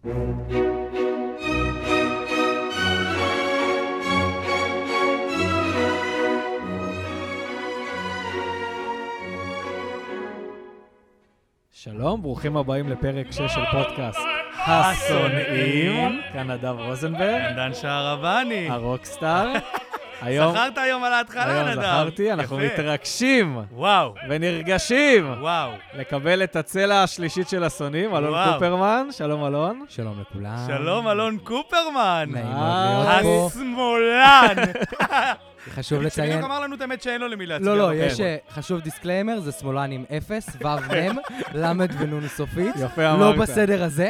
שלום, ברוכים הבאים לפרק 6 של פודקאסט השונאים. כאן נדב רוזנברג. דן שערבני. הרוקסטאר. זכרת היום על ההתחלה, נדב. היום זכרתי, אנחנו מתרגשים. וואו. ונרגשים. וואו. לקבל את הצלע השלישית של השונאים, אלון קופרמן. שלום אלון. שלום לכולם. שלום אלון קופרמן. נעים מאוד להיות פה. השמאלן. חשוב לציין... שבדיוק אמר לנו את האמת שאין לו למי להצביע. לא, יש חשוב דיסקליימר, זה שמאלן עם 0, ו' מ', למד ונון סופית. יפה אמרת. לא בסדר הזה.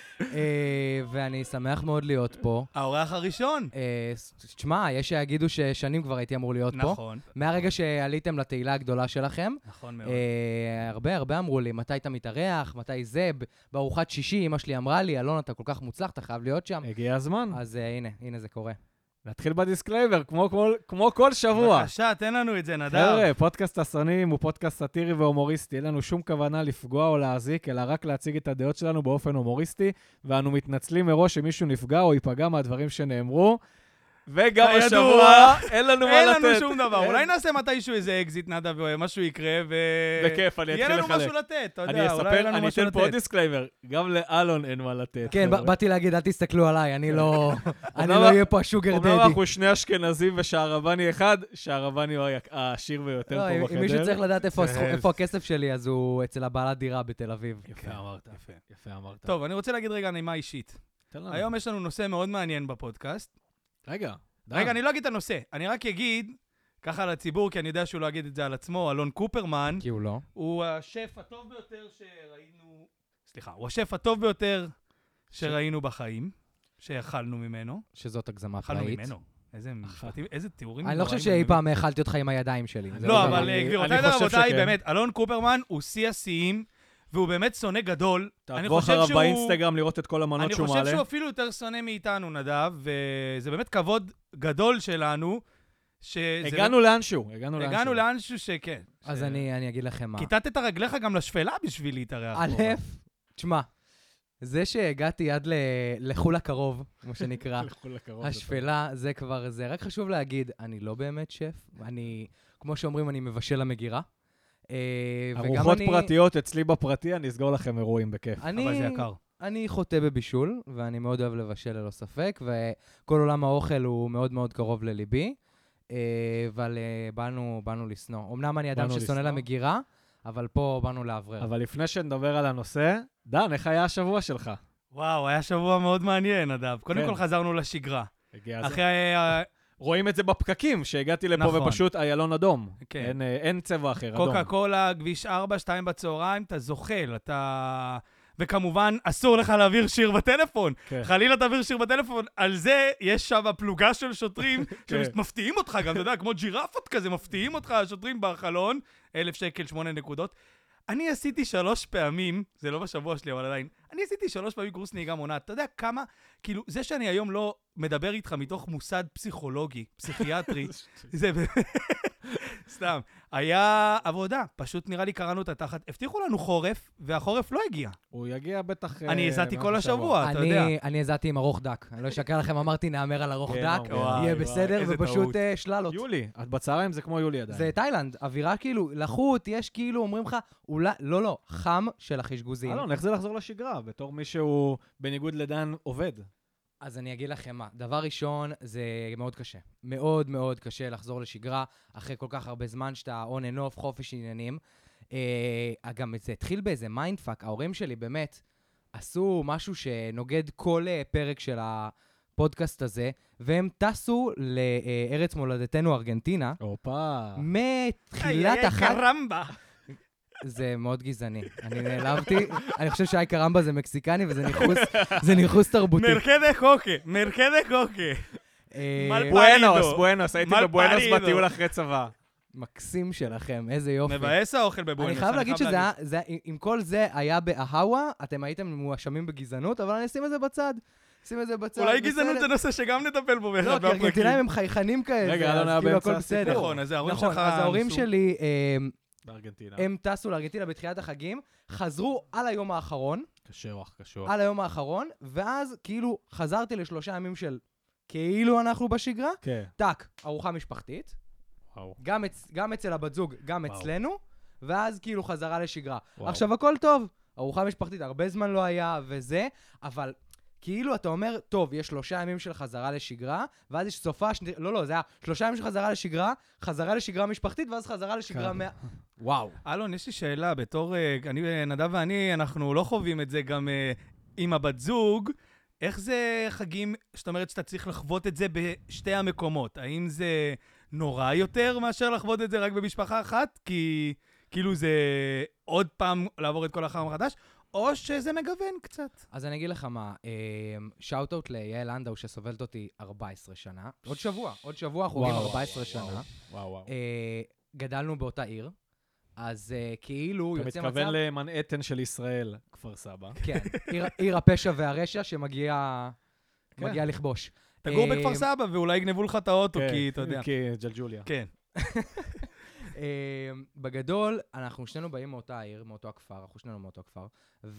ואני שמח מאוד להיות פה. האורח הראשון. תשמע, יש שיגידו ששנים כבר הייתי אמור להיות פה. נכון. מהרגע שעליתם לתהילה הגדולה שלכם. נכון מאוד. הרבה אמרו לי, מתי אתה מתארח, מתי זה, בארוחת שישי, אמא שלי אמרה לי, אלון, אתה כל כך מוצלח, אתה חייב להיות שם. הגיע הזמן. אז הנה זה קורה. נתחיל בדיסקלייבר, כמו כל שבוע. בבקשה, תן לנו את זה, נדב. חבר'ה, פודקאסט השונאים הוא פודקאסט סאטירי והומוריסטי. אין לנו שום כוונה לפגוע או להזיק, אלא רק להציג את הדעות שלנו באופן הומוריסטי, ואנו מתנצלים מראש שמישהו נפגע או ייפגע מהדברים שנאמרו. וגם השבוע אין לנו מה לתת. אין לנו שום דבר. אולי נעשה מתישהו איזה אקזיט, נדב, ומשהו יקרה, בכיף, אני אתחיל לחלק. יהיה לנו משהו לתת, אתה יודע, אולי יהיה לנו משהו לתת. אני אתן פה עוד דיסקליימר, גם לאלון אין מה לתת. כן, באתי להגיד, אל תסתכלו עליי, אני לא אהיה פה השוגר דדי. אומנם אנחנו שני אשכנזים ושערבני אחד, שערבני הוא העשיר ביותר פה בחדר. אם מישהו צריך לדעת איפה הכסף שלי, אז הוא אצל הבעלת דירה בתל אביב. יפה אמרת, יפה אמרת. טוב, אני רוצה להגיד רגע נימה אישית. היום יש לנו נושא מאוד מעניין בפודקאסט. רגע, אני לא אגיד את הנושא, אני רק אגיד, ככה לציבור, כי אני יודע שהוא לא אגיד את זה על עצמו, אלון קופרמן. כי הוא לא. הוא השף הטוב ביותר שראינו, הוא השף הטוב ביותר שראינו בחיים, שאכלנו ממנו. שזאת הגזמה אכלנו פראית. ממנו. איזה תיאורים. אני לא חושב שאי פעם האכלתי אותך עם הידיים שלי. לא, אבל גבירותיי ורבותיי, באמת, אלון קופרמן הוא שיא השיאים, והוא באמת שונא גדול. תעקבו אחריו באינסטגרם לראות את כל המנות שהוא מעלה. אני חושב שהוא אפילו יותר שונא מאיתנו, נדב, וזה באמת כבוד גדול שלנו. הגענו לאנשהו. הגענו לאנשהו שכן. אז אני אגיד לכם מה. כיתת את הרגליך גם לשפלה בשביל להתארח. תשמע, זה שהגעתי עד לחול הקרוב, כמו שנקרא, השפלה, זה כבר זה. רק חשוב להגיד, אני לא באמת שף. כמו שאומרים, אני מבשל למגירה. ארוחות פרטיות אצלי בפרטי, אני אסגור לכם אירועים בכיף. אבל זה יקר. אני חוטא בבישול, ואני מאוד אוהב לבשל ללא ספק, וכל עולם האוכל הוא מאוד מאוד קרוב לליבי, אבל באנו לסנוע. אמנם אני אדם ששונא למגירה, אבל פה באנו לעברר. אבל לפני שנדבר על הנושא, דן, איך היה השבוע שלך? וואו, היה שבוע מאוד מעניין, נדב. קודם כל חזרנו לשגרה. אחרי רואים את זה בפקקים, שהגעתי לפה ופשוט איילון אדום. אין צבע אחר, אדום. קוקה קולה, כביש 4, 2 בצהריים, אתה זוחל, אתה... וכמובן, אסור לך להעביר שיר בטלפון. חלילה תעביר שיר בטלפון, על זה יש שם פלוגה של שוטרים שמפתיעים אותך, גם אתה יודע, כמו ג'ירפות כזה, מפתיעים אותך, השוטרים בחלון, 1,000 שקל, 8 נקודות. אני עשיתי 3 פעמים, זה לא בשבוע שלי, אבל עדיין, אני עשיתי 3 פעמים קורס נהיגה מונעת. אתה יודע כמה, כאילו, זה שאני היום לא מדבר איתך מתוך מוסד פסיכולוגי, פסיכיאטרי, זה סתם. היה עבודה, פשוט נראה לי קראנו את התחת. הבטיחו לנו חורף, והחורף לא הגיע. הוא יגיע בטח... אני הזעתי כל השבוע, אתה יודע. אני הזעתי עם ארוך דק. אני לא אשקר לכם, אמרתי, נאמר על ארוך דק, יהיה בסדר, ופשוט שללות. יולי, בצהריים זה כמו יולי עדיין. זה תאילנד, אווירה כאילו, לחות, יש כאילו, אומרים לך, אולי, לא, חם של החשגוזים. אלון, איך זה לחזור לשגרה, בתור מי שהוא בניגוד לדן עובד? אז אני אגיד לכם מה, דבר ראשון, זה מאוד קשה. מאוד מאוד קשה לחזור לשגרה, אחרי כל כך הרבה זמן שאתה on and off, חופש עניינים. גם זה התחיל באיזה מיינדפאק, ההורים שלי באמת עשו משהו שנוגד כל פרק של הפודקאסט הזה, והם טסו לארץ מולדתנו ארגנטינה. מתחילת החג... קרמבה! זה מאוד גזעני. אני נעלבתי, אני חושב שאי קרמבה זה מקסיקני, וזה ניחוס תרבותי. מרקדה קוקה. בואנוס, הייתי בבואנוס בטיול אחרי צבא. מקסים שלכם, איזה יופי. מבאס האוכל בבואנוס. אני חייב להגיד שזה, עם כל זה היה באהווה, אתם הייתם מואשמים בגזענות, אבל אני אשים את זה בצד. אולי גזענות זה נושא שגם נטפל בו באחד מהפרקים. לא, כי ארגנטינאים הם חייכנים כאלה. רגע, לא נהיה באמצע הסיפור. נכון, אז ההורים שלך... אז ההורים שלי... בארגנטינה. הם טסו לארגנטינה בתחילת החגים, חזרו על היום האחרון. קשוח. על היום האחרון, ואז כאילו חזרתי ל3 ימים של כאילו אנחנו בשגרה, כן. טק, ארוחה משפחתית, וואו. גם אצל הבת זוג, גם וואו. אצלנו, ואז כאילו חזרה לשגרה. וואו. עכשיו הכל טוב, ארוחה משפחתית הרבה זמן לא היה וזה, אבל כאילו אתה אומר, טוב, יש 3 ימים של חזרה לשגרה, ואז יש סופה, לא, זה היה 3 ימים של חזרה לשגרה משפחתית, ואז חזרה לשגרה וואו. אלון, יש לי שאלה, בתור, נדב ואני, אנחנו לא חווים את זה גם עם הבת זוג, איך זה חגים, זאת אומרת שאתה צריך לחוות את זה בשתי המקומות? האם זה נורא יותר מאשר לחוות את זה רק במשפחה אחת? כי כאילו זה עוד פעם לעבור את כל החג מחדש, או שזה מגוון קצת? אז אני אגיד לך מה, שאוט-אוט ליעל לנדאו שסובלת אותי 14 שנה. עוד שבוע חוגים 14 שנה. וואו. גדלנו באותה עיר, אז כאילו אתה יוצא מתכוון למנהטן של ישראל, כפר סבא. כן, עיר הפשע והרשע שמגיע לכבוש. תגור בכפר סבא ואולי יגנבו לך את האוטו, כי אתה יודע. כי ג'לג'וליה. כן. בגדול, אנחנו שנינו באים מאותה עיר, מאותו הכפר,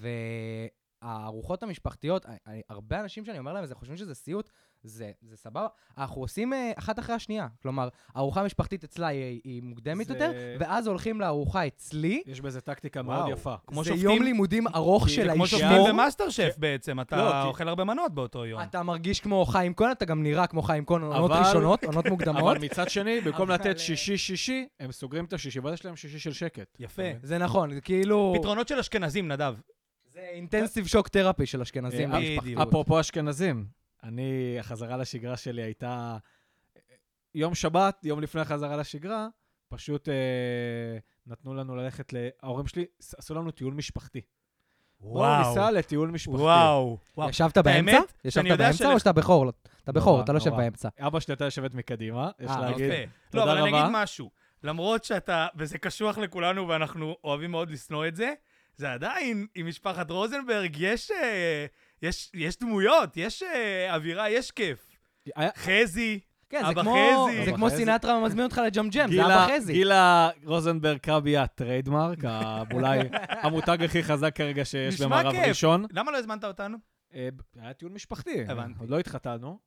והארוחות המשפחתיות, הרבה אנשים שאני אומר להם, זה חושבים שזה סיוט, זה סבבה. אנחנו עושים אחת אחרי השנייה. כלומר, הארוחה המשפחתית אצלה היא מוקדמת יותר, ואז הולכים לארוחה אצלי. יש בזה טקטיקה מאוד יפה. זה יום לימודים ארוך של כמו האישה. שופטים במאסטר שף בעצם, אתה אוכל הרבה מנות באותו יום. אתה מרגיש כמו חיים כהן, אתה גם נראה כמו חיים כהן, עונות ראשונות, עונות מוקדמות. אבל מצד שני, במקום לתת שישי, הם סוגרים את השישי, ואז יש להם שישי של שקט. יפה. זה נכון, זה כאילו... פתרונות של אשכנזים, נדב. זה אינטנסיב שוק תרפי של אשכנזים. אפרופו אשכנזים, החזרה לשגרה שלי הייתה יום שבת, יום לפני החזרה לשגרה, פשוט נתנו לנו ללכת, ההורים שלי עשו לנו טיול משפחתי. בואו ניסע לטיול משפחתי. וואו. ישבת באמצע? ישבת באמצע או שאתה בחור? אתה בחור, אתה לא יושב באמצע. אבא שלי הייתה יושבת מקדימה, יש להגיד. לא, אבל אני אגיד משהו. למרות שאתה, וזה קשוח לכולנו ואנחנו אוהבים מאוד לשנוא את זה, זה עדיין, עם משפחת רוזנברג, יש דמויות, יש אווירה, יש כיף. חזי, אבא חזי. זה כמו סינטרה מזמין אותך לג'מג'ם, זה אבא חזי. גילה רוזנברג קרביה טריידמרק, אולי המותג הכי חזק כרגע שיש במערב ראשון. למה לא הזמנת אותנו? היה טיול משפחתי, הבנתי. עוד לא התחתנו.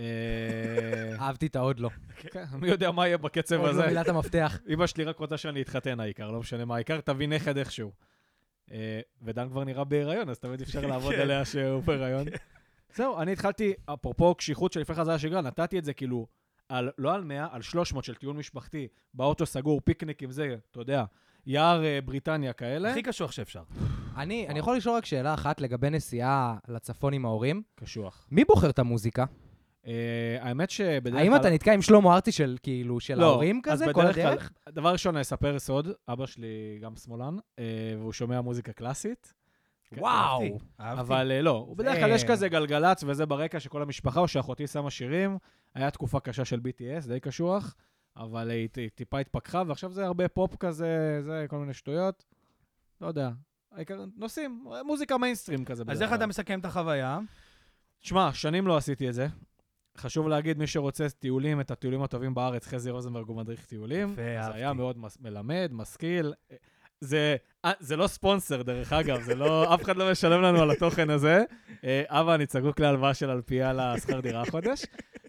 אהבתי את העוד לא. מי יודע מה יהיה בקצב הזה. עוד לא מילת המפתח. אמא שלי רק רוצה שאני אתחתן העיקר, לא משנה מה, העיקר תביא נכד איכשהו. ודן כבר נראה בהיריון, אז תמיד אפשר לעבוד עליה שהוא בהיריון. זהו, אני התחלתי, אפרופו קשיחות של לפני חזרה לשגרה, נתתי את זה כאילו, לא על 100, על 300 של טיול משפחתי, באוטו סגור, פיקניק עם זה, אתה יודע, יער בריטניה כאלה. הכי קשוח שאפשר. אני יכול לשאול רק שאלה אחת לגבי נסיעה לצפון עם ההורים. קשוח. מי בוחר את המוזיקה? האמת שבדרך כלל... האם אתה נתקע עם שלמה ארצי של כאילו, של ההורים כזה, כל הדרך? דבר ראשון, אני אספר סוד, אבא שלי גם שמאלן, והוא שומע מוזיקה קלאסית. וואו. אבל לא, בדרך כלל יש כזה גלגלץ וזה ברקע שכל המשפחה, או שאחותי שמה שירים, היה תקופה קשה של BTS, די קשוח, אבל היא טיפה התפכחה, ועכשיו זה הרבה פופ כזה, זה כל מיני שטויות. לא יודע. נוסעים, מוזיקה מיינסטרים כזה. אז איך אתה מסכם את החוויה? תשמע, שנים לא עשיתי את זה. חשוב להגיד, מי שרוצה טיולים, את הטיולים הטובים בארץ, חזי רוזנברג הוא מדריך טיולים. זה היה מאוד מלמד, משכיל. זה לא ספונסר, דרך אגב, זה לא, אף אחד לא משלם לנו על התוכן הזה. אבא, אני צגוק להלוואה של אלפיה לשכר דירה החודש.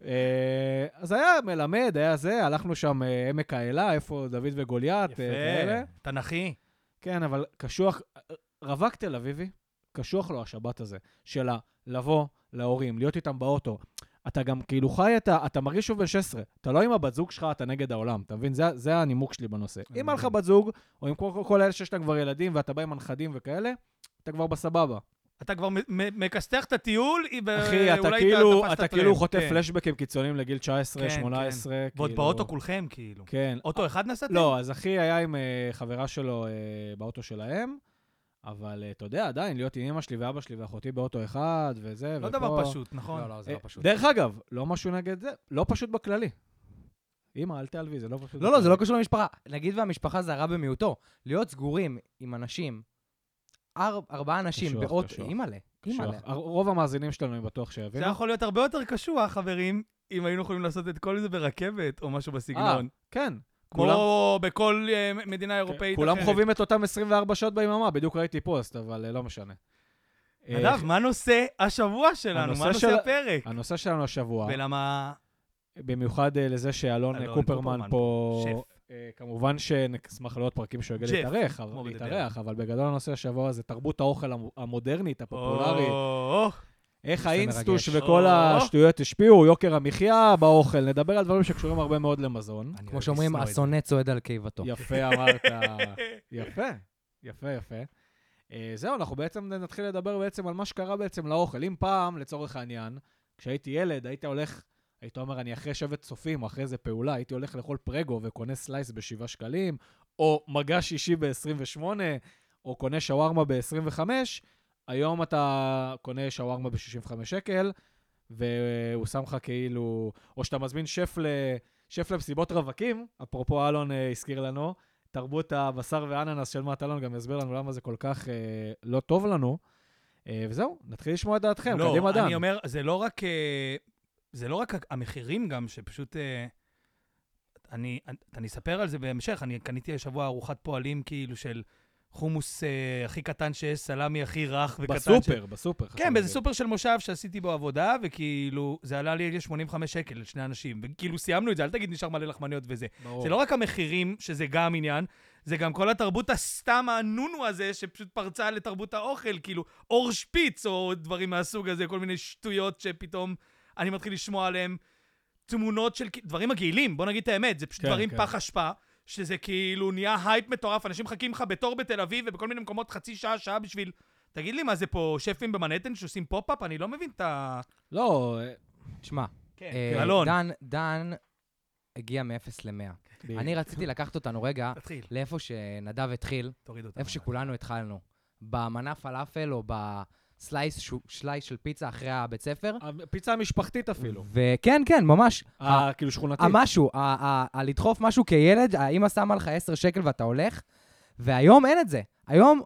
אז היה מלמד, היה זה, הלכנו שם עמק האלה, איפה דוד וגוליית. יפה, תנכי. כן, אבל קשוח, רווק תל אביבי, קשוח לו השבת הזה, של לבוא להורים, להיות איתם באוטו. אתה גם כאילו חי, אתה מרגיש שוב בן 16, אתה לא עם הבת זוג שלך, אתה נגד העולם, אתה מבין? זה הנימוק שלי בנושא. אם היה לך בת זוג, או עם כל אלה שיש להם כבר ילדים, ואתה בא עם הנכדים וכאלה, אתה כבר בסבבה. אתה כבר מקסתח את הטיול, אחי, אתה כאילו חוטף פלשבקים קיצוניים לגיל 19, 18. ועוד באוטו כולכם, כאילו. כן. אוטו אחד נסעתם? לא, אז אחי היה עם חברה שלו באוטו שלהם, אבל אתה יודע, עדיין, להיות עם אמא שלי ואבא שלי ואחותי באוטו אחד, וזה, לא דבר פשוט, נכון? לא, זה לא פשוט. דרך אגב, לא משהו נגד זה, לא פשוט בכללי. אמא, אל תעלבי, זה לא פשוט. לא, זה לא קשור למשפחה. נגיד והמשפחה זה הרע במיעוטו. להיות סגורים עם אנשים, 4 אנשים באוטו, אימא'לה. רוב המאזינים שלנו הם בטוח שיבינו. זה יכול להיות הרבה יותר קשוח, חברים, אם היינו יכולים לעשות את כל זה ברכבת, או משהו בסגנון. כן. כמו בכל מדינה אירופאית אחרת. כולם חווים את אותם 24 שעות ביממה, בדיוק ראיתי פוסט, אבל לא משנה. נדב, מה נושא השבוע שלנו? מה נושא הפרק? הנושא שלנו השבוע. ולמה... במיוחד לזה שאלון קופרמן פה, כמובן שנשמח לעוד פרקים שהוא יגיע להתארח, אבל בגדול הנושא השבוע זה תרבות האוכל המודרנית, הפופולרית. איך האינסטוש וכל השטויות השפיעו, יוקר המחיה באוכל, נדבר על דברים שקשורים הרבה מאוד למזון. כמו שאומרים, השונא צועד על קיבתו. יפה אמרת, יפה. זהו, אנחנו בעצם נתחיל לדבר בעצם על מה שקרה בעצם לאוכל. אם פעם, לצורך העניין, כשהייתי ילד, היית אומר, אני אחרי שבט צופים, או אחרי איזה פעולה, הייתי הולך לאכול פרגו וקונה סלייס ב7 שקלים, או מגש אישי ב28, או קונה שווארמה ב25, היום אתה קונה שווארמה ב65 שקל, והוא שם לך כאילו, או שאתה מזמין שף למסיבות רווקים, אפרופו אלון הזכיר לנו, תרבות הבשר ואננס של מעט אלון גם יסביר לנו למה זה כל כך לא טוב לנו, וזהו, נתחיל לשמוע את דעתכם, קדימה דן. אני אומר, זה לא רק המחירים גם, שפשוט, אני אספר על זה בהמשך, אני קניתי השבוע ארוחת פועלים כאילו של חומוס הכי קטן שיש, סלמי הכי רך וקטן. בסופר. כן, באיזה סופר של מושב שעשיתי בו עבודה, וכאילו, זה עלה לי 85 שקל לשני אנשים, וכאילו סיימנו את זה, אל תגיד נשאר מלא לחמניות וזה. ברור. זה לא רק המחירים, שזה גם עניין, זה גם כל התרבות הסתם הנונו הזה, שפשוט פרצה לתרבות האוכל, כאילו, אור שפיץ או דברים מהסוג הזה, כל מיני שטויות שפתאום אני מתחיל לשמוע עליהם תמונות של דברים מגעילים, בוא נגיד את האמת, זה פשוט דברים פח אשפה, שזה כאילו נהיה הייפ מטורף, אנשים מחכים לך בתור בתל אביב ובכל מיני מקומות חצי שעה, שעה בשביל... תגיד לי, מה זה פה שפים במנהטן שעושים פופ-אפ? אני לא מבין את ה... לא, תשמע, אלון. דן הגיע מ-0 ל-100. אני רציתי לקחת אותנו רגע לאיפה שנדב התחיל, איפה שכולנו התחלנו. במנה פלאפל או בסלייס של פיצה אחרי הבית ספר. הפיצה המשפחתית אפילו. וכן, ממש. כאילו שכונתית. משהו, לדחוף משהו כילד, האמא שמה לך 10 שקל ואתה הולך, והיום אין את זה. היום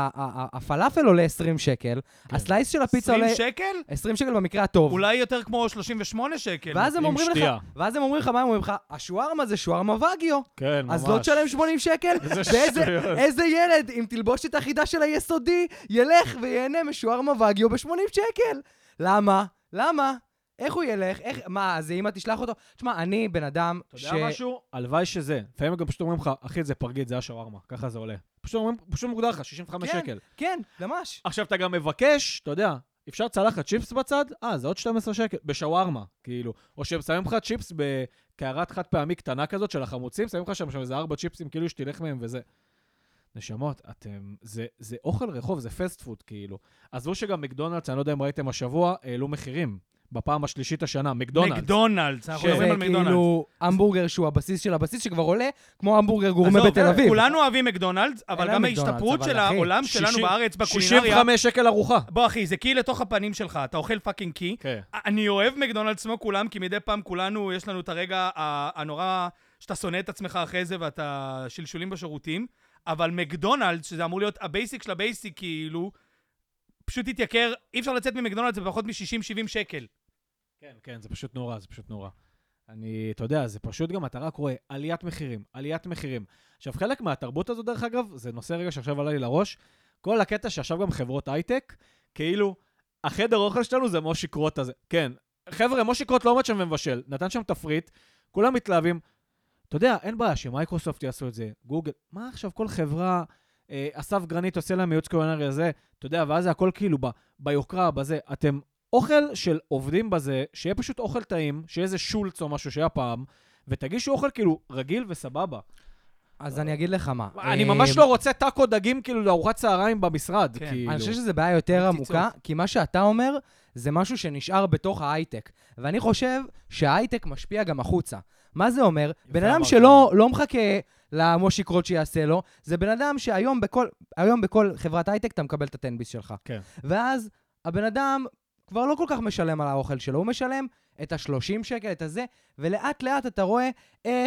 הפלאפל עולה 20 שקל, הסלייס של הפיצה עולה... 20 שקל? 20 שקל במקרה הטוב. אולי יותר כמו 38 שקל. ואז הם אומרים לך, מה הם אומרים לך? השוארמה זה שוארמה וגיו. כן, ממש. אז לא תשלם 80 שקל. ואיזה ילד עם תלבושת אחידה של היסודי ילך ויהנה משוארמה וגיו ב-80 שקל. למה? איך הוא ילך? מה, אז אמא תשלח אותו? תשמע, אני בן אדם אתה יודע משהו? הלוואי שזה. לפעמים גם פשוט אומרים לך, אחי, זה פרגית, זה השווארמה. ככה זה עולה. פשוט מוגדר לך, 65 שקל. כן, ממש. עכשיו, אתה גם מבקש, אתה יודע, אפשר צלחת צ'יפס בצד? זה עוד 12 שקל. בשווארמה, כאילו. או שהם שמים לך צ'יפס בקערת חד פעמי קטנה כזאת של החמוצים, שמים לך שם איזה 4 צ'יפסים, כאילו שתלך מהם וזה. נשמות, זה אוכל רחוב, זה פסט פוד, כאילו. עזבו שגם מקדונלדס, אני לא יודע אם ראיתם השבוע, העלו מחירים. בפעם השלישית השנה, מקדונלדס, אנחנו מדברים על מקדונלדס. זה כאילו המבורגר שהוא הבסיס של הבסיס, שכבר עולה כמו המבורגר גורמה בתל אביב. כולנו אוהבים מקדונלדס, אבל גם ההשתפרות של העולם שלנו בארץ בקולינריה... 65 שקל ארוחה. בוא אחי, זה קי לתוך הפנים שלך, אתה אוכל פאקינג קי. אני אוהב מקדונלדס כמו כולם, כי מדי פעם כולנו, יש לנו את הרגע הנורא שאתה שונא את עצמך אחרי זה ואתה שלשולים בשירותים, אבל מקדונלדס, שזה אמור להיות הבייסיק של הבייסיק, כאילו, פשוט התייקר, אי אפשר לצאת ממקדונלדס בפחות מ-60-70 שקל. כן, זה פשוט נורא. אתה יודע, זה פשוט גם, אתה רק רואה, עליית מחירים. עכשיו, חלק מהתרבות הזו, דרך אגב, זה נושא רגע שעכשיו עלה לי לראש, כל הקטע שעכשיו גם חברות הייטק, כאילו, החדר אוכל שלנו זה מושי קרוט הזה. כן, חבר'ה, מושי קרוט לא עומד שם ומבשל, נתן שם תפריט, כולם מתלהבים, אתה יודע, אין בעיה שמייקרוסופט יעשו את זה, גוגל, מה עכשיו כל חברה, אסף גרנית עושה להם ייעוץ קולינרי הזה, אתה יודע, ואז זה הכל כאילו ביוקרה, בזה, אתם אוכל של עובדים בזה, שיהיה פשוט אוכל טעים, שיהיה איזה שולץ או משהו שהיה פעם, ותגישו אוכל כאילו רגיל וסבבה. אז אני אגיד לך מה. אני ממש לא רוצה טאקו דגים כאילו לארוחת צהריים במשרד. אני חושב שזה בעיה יותר עמוקה, כי מה שאתה אומר זה משהו שנשאר בתוך ההייטק. ואני חושב שההייטק משפיע גם החוצה. מה זה אומר? בן אדם שלא מחכה למושי קרוט שיעשה לו, זה בן אדם שהיום בכל חברת הייטק אתה מקבל את הטנביס שלך. ואז הבן אדם כבר לא כל כך משלם על האוכל שלו, הוא משלם את ה-30 שקל, את הזה, ולאט לאט אתה רואה איך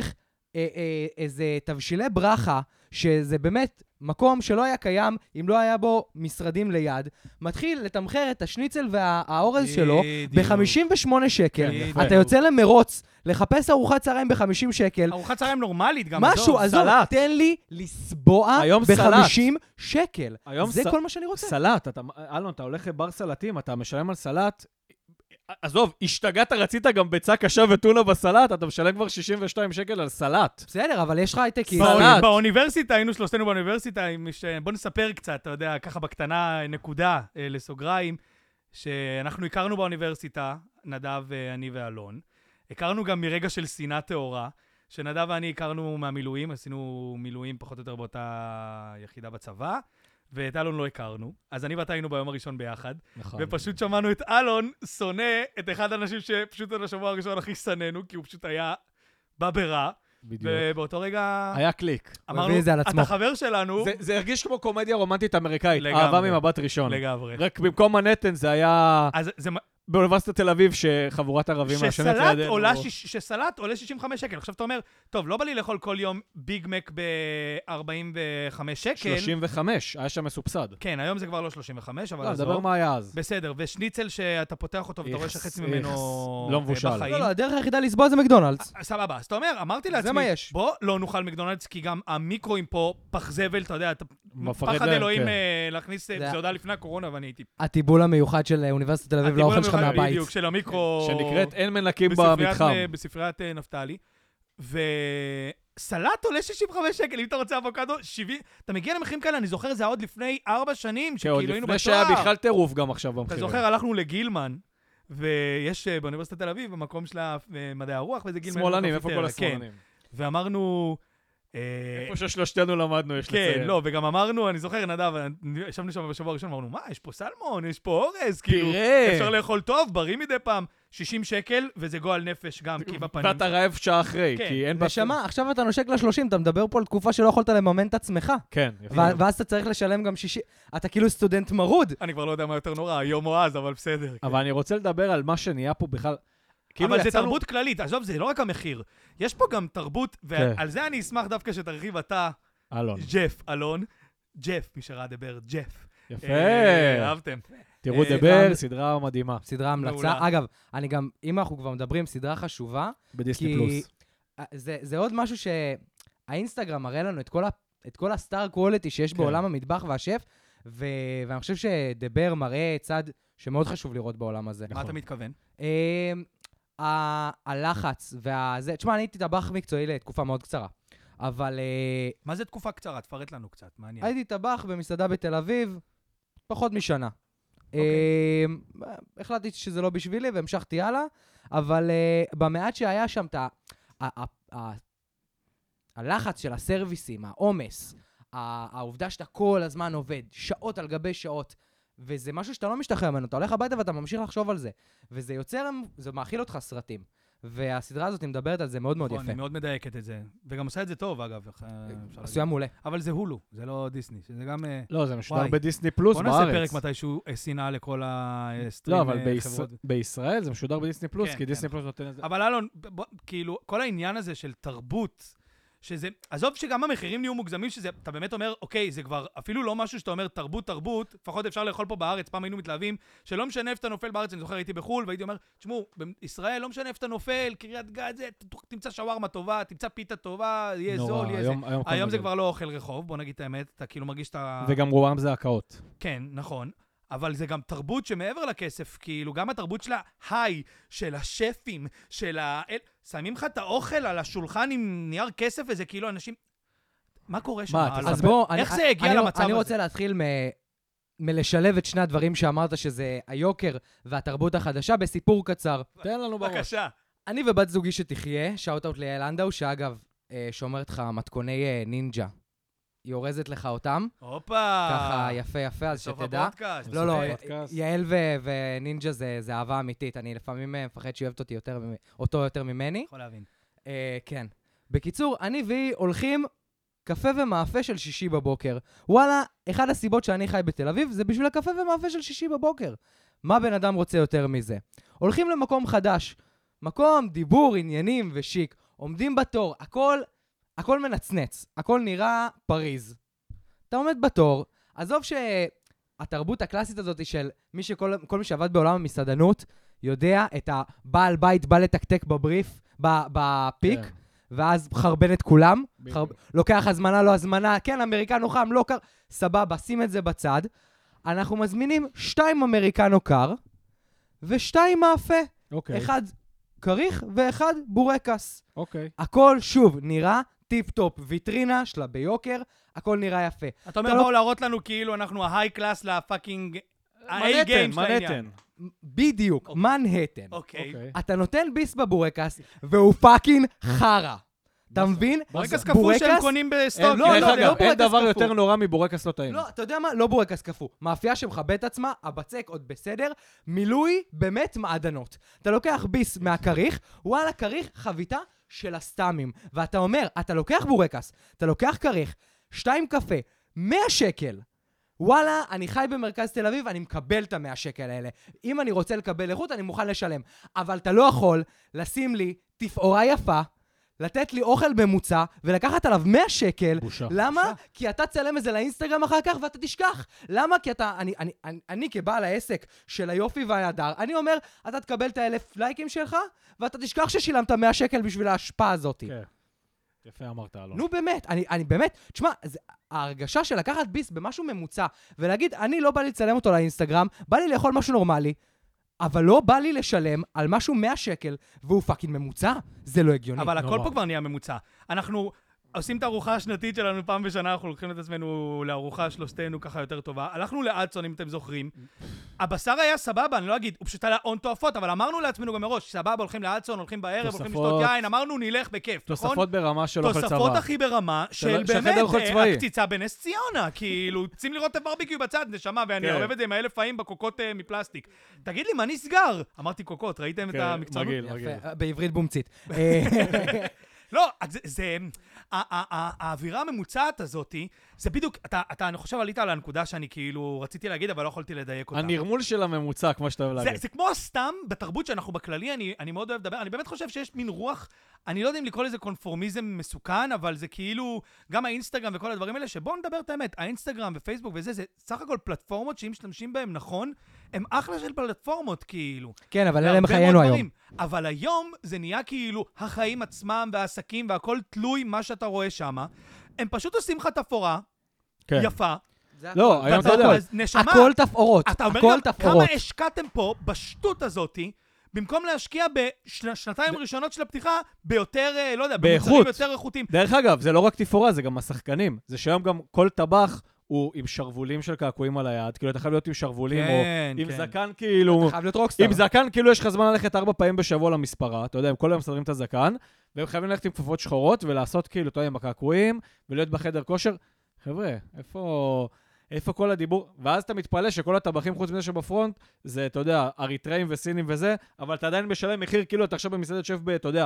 איזה תבשילי ברכה, שזה באמת מקום שלא היה קיים אם לא היה בו משרדים ליד, מתחיל לתמחר את השניצל והאורז שלו ב-58 שקל. אתה יוצא למרוץ, לחפש ארוחת צהריים ב-50 שקל. ארוחת צהריים נורמלית גם. משהו, עזוב, תן לי לסבוע ב-50 שקל. זה כל מה שאני רוצה. סלט, אלון, אתה הולך לבר סלטים, אתה משלם על סלט, עזוב, השתגעת, רצית גם ביצה קשה וטונה בסלט, אתה משלם כבר 62 שקל על סלט. בסדר, אבל יש לך הייטקים. באוניברסיטה, היינו שלושתנו באוניברסיטה, בוא נספר קצת, אתה יודע, ככה בקטנה נקודה לסוגריים, שאנחנו הכרנו באוניברסיטה, נדב, אני ואלון. הכרנו גם מרגע של שנאה טהורה, שנדב ואני הכרנו מהמילואים, עשינו מילואים פחות או יותר באותה יחידה בצבא, ואת אלון לא הכרנו, אז אני ואתה היינו ביום הראשון ביחד, ופשוט שמענו את אלון שונא את אחד האנשים שפשוט על השבוע הראשון הכי שנאנו, כי הוא פשוט היה בא ברע, ובאותו רגע היה קליק. אמרנו, אתה חבר שלנו. זה הרגיש כמו קומדיה רומנטית אמריקאית, אהבה ממבט ראשון. לגמרי. רק במקום מנהטן זה היה באוניברסיטת תל אביב שחבורת ערבים מהשנת לידינו. שסלט עולה 65 שקל. עכשיו אתה אומר, טוב, לא בא לי לאכול כל יום ביג מק ב-45 שקל. 35, היה שם מסובסד. כן, היום זה כבר לא 35, אבל עזוב. דבר מה היה אז. בסדר, ושניצל שאתה פותח אותו ואתה רואה שחצי ממנו לא מבושל. לא, הדרך היחידה לסבוע זה מקדונלדס. סבבה, אז אתה אומר, אמרתי לעצמי, בוא לא נאכל מקדונלדס, כי גם המיקרואים פה פח זבל, אתה יודע, פחד אלוהים להכניס, זה עוד לפני הקורונה ואני הייתי. הטיבול המיוחד של אוניברסיטת תל אביב לאוכל שלך מהבית. בדיוק, של המיקרו... שנקראת אין מנקים במתחם. בספריית נפתלי. וסלט עולה 65 שקל, אם אתה רוצה אבוקדו, 70... אתה מגיע למחירים כאלה, אני זוכר, זה עוד לפני 4 שנים, שכאילו היינו בתואר. לפני שהיה בכלל טירוף גם עכשיו במחירים. אתה זוכר, הלכנו לגילמן, ויש באוניברסיטת תל אביב, במקום של מדעי הרוח, וזה גילמן... שמאלנים, איפה כל השמאלנים? ואמרנו... איפה ששלושתנו למדנו, יש לציין. כן, לא, וגם אמרנו, אני זוכר, נדב, ישבנו שם בשבוע הראשון, אמרנו, מה, יש פה סלמון, יש פה אורז, כאילו, אפשר לאכול טוב, בריא מדי פעם, 60 שקל, וזה גועל נפש גם, כי בפנים. ואתה רעב שעה אחרי, כי אין... ושמה, עכשיו אתה נושק ל-30, אתה מדבר פה על תקופה שלא יכולת לממן את עצמך. כן, יפה. ואז אתה צריך לשלם גם 60, אתה כאילו סטודנט מרוד. אני כבר לא יודע מה יותר נורא, היום או אז, אבל בסדר. אבל אני רוצה לדבר על מה שנהיה פה בכלל... אבל זה תרבות כללית, עזוב, זה לא רק המחיר. יש פה גם תרבות, ועל זה אני אשמח דווקא שתרחיב אתה, אלון. אלון. ג'ף, מי שראה דבר, ג'ף. יפה. אהבתם. תראו דבר, סדרה מדהימה. סדרה המלצה. אגב, אני גם, אם אנחנו כבר מדברים, סדרה חשובה. בדיסני פלוס. זה עוד משהו שהאינסטגרם מראה לנו את כל הסטאר קואליטי שיש בעולם המטבח והשף, ואני חושב שדבר מראה צד שמאוד חשוב לראות בעולם הזה. מה אתה מתכוון? הלחץ והזה, תשמע, אני הייתי טבח מקצועי לתקופה מאוד קצרה, אבל... מה זה תקופה קצרה? תפרט לנו קצת, מעניין. הייתי טבח במסעדה בתל אביב, פחות משנה. החלטתי שזה לא בשבילי והמשכתי הלאה, אבל במעט שהיה שם הלחץ של הסרוויסים, העומס, העובדה שאתה כל הזמן עובד, שעות על גבי שעות, וזה משהו שאתה לא משתחרר ממנו, אתה הולך הביתה ואתה ממשיך לחשוב על זה. וזה יוצר, זה מאכיל אותך סרטים. והסדרה הזאת מדברת על זה מאוד מאוד יפה. אני מאוד מדייקת את זה. וגם עושה את זה טוב, אגב. עשוי מעולה. אבל זה הולו, זה לא דיסני. שזה גם... לא, זה משודר בדיסני פלוס בארץ. בוא נעשה פרק מתישהו שנאה לכל הסטרים. לא, אבל בישראל זה משודר בדיסני פלוס, כי דיסני פלוס נותן את זה. אבל אלון, כאילו, כל העניין הזה של תרבות, שזה, עזוב שגם המחירים נהיו מוגזמים, שזה, אתה באמת אומר, אוקיי, זה כבר אפילו לא משהו שאתה אומר תרבות, לפחות אפשר לאכול פה בארץ, פעם היינו מתלהבים, שלא משנה איפה אתה נופל בארץ, אני זוכר, הייתי בחול, והייתי אומר, תשמעו, בישראל לא משנה איפה אתה נופל, קריית גת, זה, תמצא שווארמה טובה, תמצא פיתה טובה, יהיה זול, יהיה זה. היום זה כבר לא אוכל רחוב, בוא נגיד את האמת, אתה כאילו מרגיש את ה... וגם רובם זה הקאות. כן, נכון. אבל זה גם תרבות שמעבר לכסף, כאילו, גם התרבות של ההיי, של השפים, של שמים לך את האוכל על השולחן עם נייר כסף, וזה כאילו אנשים... מה קורה שם? אז בוא, איך זה הגיע למצב הזה? אני רוצה להתחיל מלשלב את שני הדברים שאמרת, שזה היוקר והתרבות החדשה, בסיפור קצר. תן לנו בראש. בבקשה. אני ובת זוגי שתחיה, שאוט-אוט ליעל לנדאו, שאגב, שומרת לך מתכוני נינג'ה. היא אורזת לך אותם. הופה. ככה יפה, אז שתדע. הפודקאסט. לא, יעל ונינג'ה זה אהבה אמיתית. אני לפעמים מפחד שהיא אוהבת אותו יותר ממני. יכול להבין. כן. בקיצור, אני והיא הולכים קפה ומאפה של שישי בבוקר. וואלה, אחד הסיבות שאני חי בתל אביב זה בשביל הקפה ומאפה של שישי בבוקר. מה בן אדם רוצה יותר מזה? הולכים למקום חדש. מקום, דיבור, עניינים ושיק. עומדים בתור, הכל הכל מנצנץ, הכל נראה פריז. אתה עומד בתור, עזוב שהתרבות הקלאסית הזאת של כל מי שעבד בעולם המסעדנות, יודע את הבעל בית בא לתקתק בבריף, בפיק, ואז חרבן את כולם, לוקח הזמנה, לא הזמנה, כן, אמריקנו חם, לא קר, סבבה, שים את זה בצד. אנחנו מזמינים 2 אמריקנו קר, ו2 מאפה. אחד קריך ואחד בורקס. הכל, שוב, נראה טיפ-טופ, ויטרינה שלה ביוקר, הכל נראה יפה. אתה אומר, באו להראות לנו כאילו אנחנו ההיי קלאס לפאקינג... מנהטן. בדיוק, מנהטן. אוקיי. אתה נותן ביס בבורקס, והוא פאקינג חרה. אתה מבין? בורקס קפוא שהם קונים בסטוק. לא, אין דבר יותר נורא מבורקס לא טעים. לא, אתה יודע מה? לא בורקס קפוא. מאפייה שמכבד את עצמה, הבצק עוד בסדר, מילוי באמת מעדנות. אתה לוקח ביס מהקריך, וואלה, קריך חביתה של הסתמים. ואתה אומר, אתה לוקח בורקס, אתה לוקח קריך, 2 קפה, 100 שקל. וואלה, אני חי במרכז תל אביב, אני מקבל את ה100 שקל האלה. אם אני רוצה לקבל איכות, אני מוכן לשלם. אבל אתה לא יכול לשים לי תפאורה יפה, לתת לי אוכל ממוצע, ולקחת עליו 100 שקל. בושה. למה? כי אתה תצלם את זה לאינסטגרם אחר כך, ואתה תשכח. למה? כי אני כבעל העסק של היופי והידר, אני אומר, אתה תקבל את 1,000 לייקים שלך, ואתה תשכח ששילמת 100 שקל בשביל ההשפעה הזאת. כן. יפה אמרת, אלון. נו באמת, אני באמת, תשמע, ההרגשה של לקחת ביס במשהו ממוצע, ולהגיד, אני לא בא לי לצלם אותו לאינסטגרם, בא לי לאכול משהו נורמלי, אבל לא בא לי לשלם על משהו 100 שקל, והוא פאקינג ממוצע, זה לא הגיוני. אבל הכל פה כבר נהיה ממוצע. אנחנו עושים את הארוחה השנתית שלנו פעם בשנה, אנחנו לוקחים את עצמנו לארוחה שלושתנו ככה יותר טובה. הלכנו לאדסון, אם אתם זוכרים. הבשר היה סבבה, אני לא אגיד, הוא פשוט היה הון תועפות, אבל אמרנו לעצמנו גם מראש, סבבה, הולכים לאדסון, הולכים בערב, הולכים לשתות יין, אמרנו נלך בכיף, נכון? תוספות ברמה של אוכל צבא. תוספות הכי ברמה של באמת הקציצה בנס ציונה, כאילו, רוצים לראות את ברביקיו בצד, נשמה, ואני אוהב את זה עם 1,000 פעים בקוקות מפלסטיק. תגיד לי, מה נסגר? אמרתי קוקות, ראיתם את המקצוענות? בעברית בומצית. לא, זה... האווירה הממוצעת הזאת, זה בדיוק, אני חושב עלית על הנקודה שאני כאילו רציתי להגיד, אבל לא יכולתי לדייק אותה. הנרמול של הממוצע, כמו שאתה אוהב להגיד. זה כמו סתם, בתרבות שאנחנו בכללי, אני מאוד אוהב לדבר, אני באמת חושב שיש מין רוח, אני לא יודע אם לקרוא לזה קונפורמיזם מסוכן, אבל זה כאילו, גם האינסטגרם וכל הדברים האלה, שבואו נדבר את האמת, האינסטגרם ופייסבוק וזה, זה סך הכל פלטפורמות שאם משתמשים בהם נכון, הם אחלה של פלטפורמות כאילו. כן, אבל אלה הם חיינו היום. אבל היום זה נהיה כאילו החיים עצמם והעסקים והכל תלוי מה שאתה רואה שם. הם פשוט עושים לך תפאורה יפה. לא, היום אתה יודע. הכל תפאורות. אתה אומר גם כמה השקעתם פה בשטות הזאת, במקום להשקיע בשנתיים ראשונות של הפתיחה ביותר, לא יודע, במוצרים יותר איכותיים. דרך אגב, זה לא רק תפאורה, זה גם השחקנים. זה שהיום גם כל טבח הוא עם שרבולים של קעקועים על היד, כאילו אתה חייב להיות עם שרבולים, או עם זקן כאילו... אתה חייב להיות רוקסטאר. עם זקן כאילו יש לך זמן ללכת 4 פעמים בשבוע למספרה, אתה יודע, הם כל היום מסדרים את הזקן, והם חייבים ללכת עם כפפות שחורות, ולעשות כאילו, אתה יודע, עם הקעקועים, ולהיות בחדר כושר. חבר'ה, איפה כל הדיבור? ואז אתה מתפלא שכל הטבחים חוץ מזה שבפרונט, זה, אתה יודע, אריתראים וסינים וזה, אבל אתה עדיין משלם מחיר כאילו אתה עכשיו במסעדת שף, אתה יודע,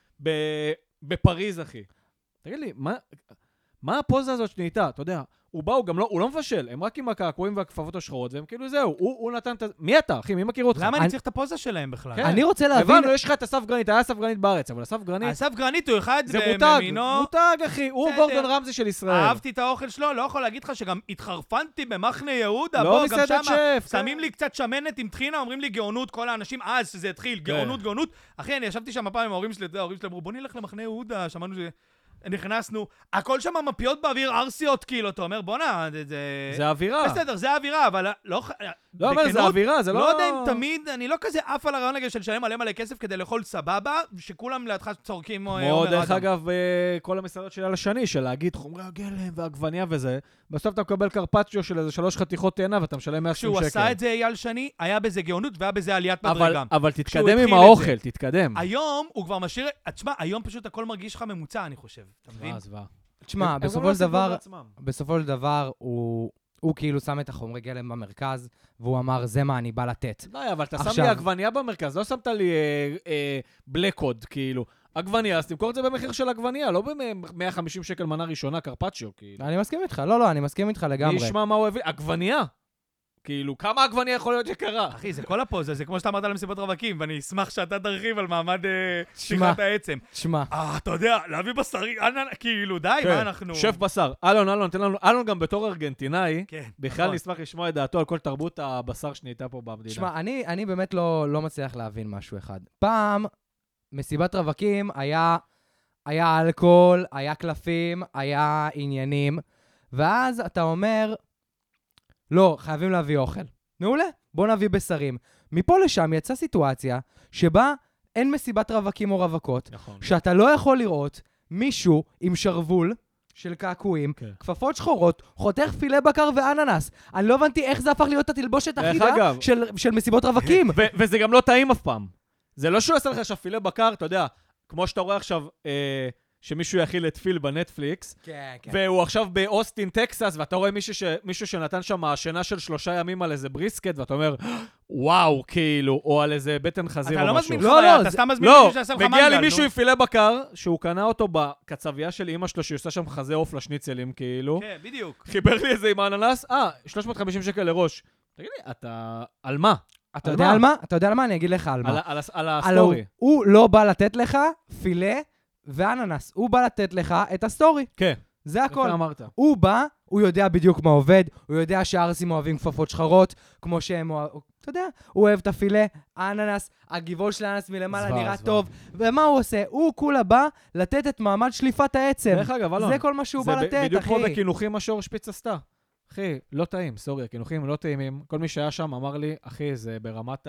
בפריז, אחי. תגיד לי, מה הפוזה הזאת שנהייתה? אתה יודע, הוא לא מפשל, הם רק עם הקעקועים והכפפות השחורות, והם כאילו זהו, הוא נתן את... מי אתה, אחי? מי מכיר אותך? למה אני צריך את הפוזה שלהם בכלל? אני רוצה להבין... הבנו, יש לך את אסף גרנית, היה אסף גרנית בארץ, אבל אסף גרנית... אסף גרנית הוא אחד במינו... זה מותג, אחי, הוא גורדון רמזי של ישראל. אהבתי את האוכל שלו, לא יכול להגיד לך שגם התחרפנתי במחנה יהודה, לא מסעדת שף. שמים לי קצת שמנת עם טחינה, אומרים לי גאונות, כל האנשים, אז שזה התחיל, גאונות. אחי, אני ישבתי שם פעם עם ההורים שלי, אמרו, בוא נלך למחנה יהודה, שמענו נכנסנו, הכל שם מפיות באוויר ארסיות, כאילו, אתה אומר, בוא'נה, זה האווירה. בסדר, זה האווירה, אבל לא... לא אומר, זה האווירה, זה לא... לא יודע אם תמיד, אני לא כזה אף על הרעיון של לשלם מלא כסף כדי לאכול סבבה, שכולם לידך צורקים כמו דרך אגב, כל המסעדות שלי על השני, של להגיד חומרי הגלם והעגבניה וזה, בסוף אתה מקבל קרפצ'יו של איזה 3 חתיכות תאנה, ואתה משלם 120 שקל. כשהוא עשה את זה אייל שני, היה בזה גאונות, והיה בזה עליית מדרגה. אבל תתקדם עם האוכל, תתקדם. היום הוא כבר משאיר... תשמע, היום פשוט הכל מרגיש לך ממוצע, אני חושב. אתה מבין? תשמע, בסופו של דבר, הוא כאילו שם את החומרי גלם במרכז, והוא אמר, זה מה אני בא לתת. לא, אבל אתה שם לי עגבניה במרכז, לא שמת לי בלקוד, כאילו. עגבניה, אז תמכור את זה במחיר של עגבניה, לא ב-150 שקל מנה ראשונה, קרפצ'יו, כאילו. אני מסכים איתך, לא, אני מסכים איתך לגמרי. נשמע מה הוא הביא, עגבניה. כאילו, כמה עגבניה יכול להיות יקרה? אחי, זה כל הפוזה, זה כמו שאתה אמרת על מסיבות רווקים, ואני אשמח שאתה תרחיב על מעמד שיחת העצם. תשמע. אתה יודע, להביא בשרי, כאילו, די, מה אנחנו... שף בשר. אלון, תן לנו, אלון גם בתור ארגנטינאי, כן, בכלל נשמח לשמוע את דעתו על כל תרבות הבשר שנהייתה פה במדינה. תשמע, אני באמת לא מצליח להבין משהו אחד. פעם, מסיבת רווקים היה אלכוהול, היה קלפים, היה עניינים, ואז אתה אומר, לא, חייבים להביא אוכל. מעולה, בוא נביא בשרים. מפה לשם יצאה סיטואציה שבה אין מסיבת רווקים או רווקות, נכון. שאתה לא יכול לראות מישהו עם שרוול של קעקועים, כפפות שחורות, חותך פילה בקר ואננס. אני לא הבנתי איך זה הפך להיות התלבושת אחידה של מסיבות רווקים. וזה גם לא טעים אף פעם. זה לא שהוא יעשה לך עכשיו פילה בקר, אתה יודע, כמו שאתה רואה עכשיו שמישהו יכיל את פיל בנטפליקס, והוא עכשיו באוסטין, טקסס, ואתה רואה מישהו שנתן שם שינה של 3 ימים על איזה בריסקט, ואתה אומר, וואו, כאילו, או על איזה בטן חזיר או משהו. אתה לא מזמין חוויה, אתה סתם מזמין מישהו שיעשה לך מנגל. מגיע לי מישהו עם פילה בקר, שהוא קנה אותו בקצבייה של אמא שלו, שהיא עושה שם חזה עוף לשניצלים, כאילו. כן, בדיוק. חיבר לי איזה עם האננס, 350 שקל לראש. תגיד לי, אתה... על מה? אתה יודע על מה? אתה יודע על מה? אני אגיד לך על מה. על הסטורי. הוא לא בא לתת לך פילה ואננס. הוא בא לתת לך את הסטורי. כן. זה הכל. אמרת. הוא בא, הוא יודע בדיוק מה עובד, הוא יודע שהארסים אוהבים כפפות שחורות, כמו שהם אוהבים, אתה יודע, הוא אוהב את הפילה, האננס, הגבעול של האננס מלמעלה נראה טוב, ומה הוא עושה? הוא כולה בא לתת את מעמד שליפת העצם. דרך אגב, אלון. זה כל מה שהוא בא לתת, אחי. זה בדיוק כמו בכינוכים מה שאור שפיץ עשתה. אחי, לא טעים, סורי, הכינוכים לא טעימים. כל מי שהיה שם אמר לי, אחי, זה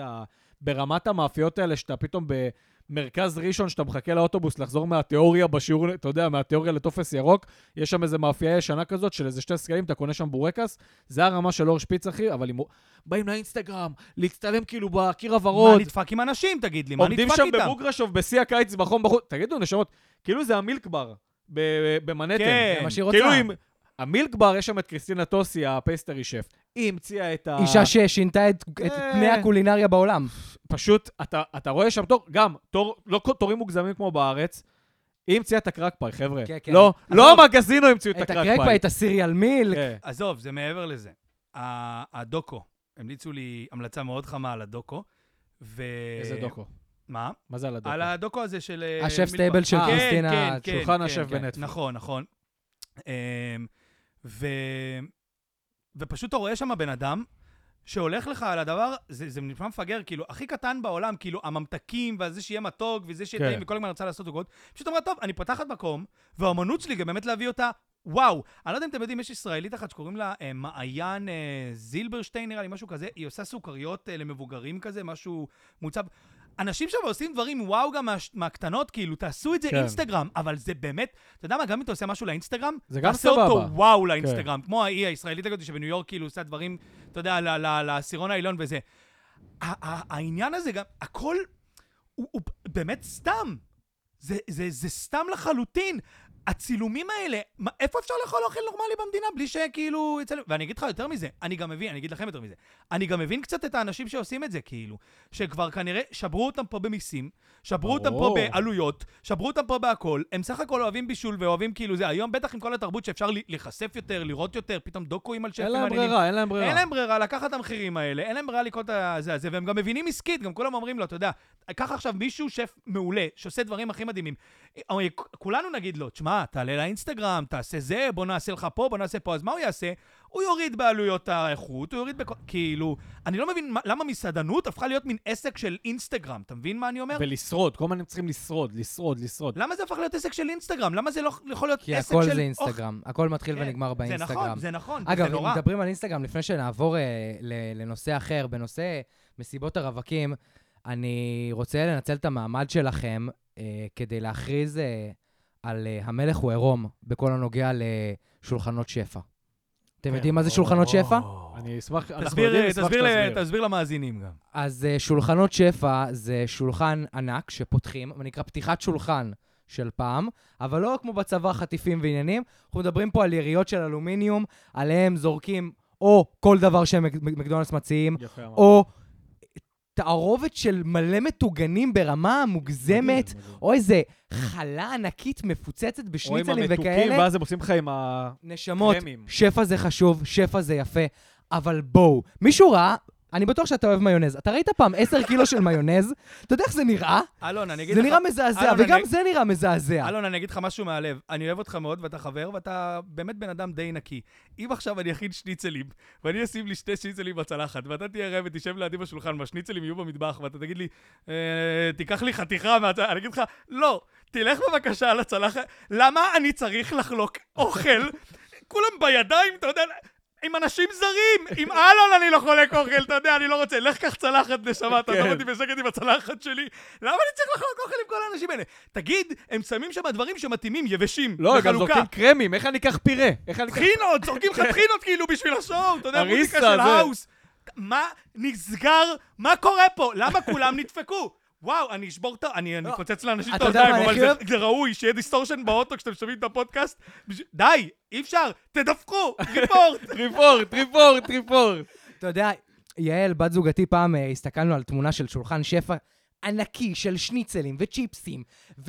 ברמת המאפיות האלה, שאתה פתאום במרכז ראשון, שאתה מחכה לאוטובוס לחזור מהתיאוריה בשיעור, אתה יודע, מהתיאוריה לטופס ירוק, יש שם איזה מאפייה ישנה כזאת, של איזה 2 סקלים, אתה קונה שם בורקס, זה הרמה של אור שפיץ, אחי, אבל באים לאינסטגרם, להצטלם כאילו בקיר הוורוד. מה נדפק עם אנשים, תגיד לי, מה נדפק איתם? עומדים שם בבוגרשוב, בשיא הקיץ, בחום בחוץ, תגידו, נשמות, כאילו זה המילקבר, במנהטן. כן, מה שהיא רוצה. כאילו המילקבר, יש שם את קריסטינה טוסי, הפייסטרי שף. היא המציאה את ה... אישה ששינתה את פני הקולינריה בעולם. פשוט, אתה רואה שם לא תורים מוגזמים כמו בארץ, היא המציאה את הקרק פאי, חבר'ה. לא המגזינו המציאו את הקרק פאי. את הקרק פאי, את הסיריאל מילק. עזוב, זה מעבר לזה. הדוקו, המליצו לי המלצה מאוד חמה על הדוקו. איזה דוקו? מה? מה זה על הדוקו? על הדוקו הזה של... השף סטייבל של קריסטינה. שולחן השף בנטפליקס. נכון. ופשוט אתה רואה שם הבן אדם שהולך לך על הדבר, זה נשמע מפגר, כאילו, הכי קטן בעולם, כאילו, הממתקים, וזה שיהיה מתוק, וזה שיהיה טעים, וכל הזמן רצה לעשות עוגות. פשוט אמרה, טוב, אני פותחת מקום, והאמנות שלי גם באמת להביא אותה, וואו. אני לא יודע אם אתם יודעים, יש ישראלית אחת שקוראים לה מעיין זילברשטיין, נראה לי, משהו כזה, היא עושה סוכריות למבוגרים כזה, משהו מוצב. אנשים שם עושים דברים וואו גם מהקטנות, כאילו, תעשו את זה אינסטגרם, אבל זה באמת, אתה יודע מה, גם אם אתה עושה משהו לאינסטגרם, זה גם תעשה סבבה. אותו וואו לאינסטגרם, כמו האי הישראלית הזאת שבניו יורק, כאילו, עושה דברים, אתה יודע, לעשירון העליון וזה. העניין הזה גם, הכל הוא באמת סתם. זה סתם לחלוטין. הצילומים האלה, איפה אפשר לאכול אוכל נורמלי במדינה בלי שכאילו יצא... ואני אגיד לך יותר מזה, אני אגיד לכם יותר מזה, אני גם מבין קצת את האנשים שעושים את זה, כאילו, שכבר כנראה שברו אותם פה במיסים, שברו אותם פה בעלויות, שברו אותם פה בהכל, הם סך הכל אוהבים בישול ואוהבים כאילו זה, היום בטח עם כל התרבות שאפשר להיחשף יותר, לראות יותר, פתאום דוקואים על שפים. אין להם ברירה. לקחת את המחירים האלה, אין להם ברירה לקרוא את זה, והם גם מבינים עסקית, גם כולם אומרים לו, אתה יודע, קח עכשיו מישהו שף מעולה, שעושה דברים הכי מדהימים. כולנו נגיד לו, תשמע, תעלה לאינסטגרם, תעשה זה, בוא נעשה לך פה, בוא נעשה פה, אז מה הוא יעשה? הוא יוריד בעלויות האיכות, הוא יוריד כאילו, אני לא מבין למה מסעדנות הפכה להיות מין עסק של אינסטגרם, אתה מבין מה אני אומר? ולשרוד, כל הזמן הם צריכים לשרוד. למה זה הפך להיות עסק של אינסטגרם? למה זה לא יכול להיות עסק של... כי הכל זה אינסטגרם, הכל מתחיל ונגמר באינסטגרם. זה נכון, אגב, אם מדברים על אינסטגרם, לפני שנעבור לנושא אחר, בנושא מסיבות הרווקים, אני רוצה לנצל את המעמד שלכם כדי להכריז על המלך הוא עירום בכל הנוגע לשולחנות שפע. אתם יודעים מה זה שולחנות שפע? אני אשמח... תסביר למאזינים גם. אז שולחנות שפע זה שולחן ענק שפותחים, ונקרא פתיחת שולחן של פעם, אבל לא כמו בצבא חטיפים ועניינים. אנחנו מדברים פה על יריות של אלומיניום, עליהם זורקים או כל דבר שמקדונלדס מציעים, או תערובת של מלא מתוגנים ברמה מוגזמת, או איזה חלה ענקית מפוצצת בשניצלים וכאלה. או עם המתוקים, ואז הם עושים לך עם נשמות, שפע זה חשוב, שפע זה יפה. אבל בואו, מישהו ראה, אני בטוח שאתה אוהב מיונז. אתה ראית פעם 10 קילו של מיונז? אתה יודע איך זה נראה? אלון, אני אגיד זה לך... נראה מזעזע, וגם זה נראה מזעזע. אלון, אני אגיד לך משהו מהלב. אני אוהב אותך מאוד, ואתה חבר, ואתה באמת בן אדם די נקי. אם עכשיו אני אכין שניצלים, ואני אשים לי 2 שניצלים בצלחת, ואתה תהיה רעב ותשב לידי בשולחן, והשניצלים יהיו במטבח, ואתה תגיד לי, תיקח לי חתיכה מהצלחת. אני אגיד לך, לא, תלך בבקשה על הצלחת. למה אני צריך לחלוק אוכל? כולם בידיים, אתה יודע... עם אנשים זרים, עם אלון אני לא חולק אוכל, אתה יודע, אני לא רוצה, לך קח צלחת נשמה, אתה לא אותי בשקט עם הצלחת שלי, למה אני צריך לחלוק אוכל עם כל האנשים האלה? תגיד, הם שמים שם דברים שמתאימים, יבשים, לא, גם זורקים קרמים, איך אני אקח פירה? טחינות, זורקים לך טחינות כאילו בשביל השואו, אתה יודע, מוזיקה של האוס. מה נסגר? מה קורה פה? למה כולם נדפקו? וואו, אני אשבור את... אני קוצץ לאנשים את האוזניים, אבל זה ראוי שיהיה דיסטורשן באוטו כשאתם שומעים את הפודקאסט. די, אי אפשר, תדפקו, ריפורט. אתה יודע, יעל, בת זוגתי פעם, הסתכלנו על תמונה של שולחן שפע ענקי של שניצלים וצ'יפסים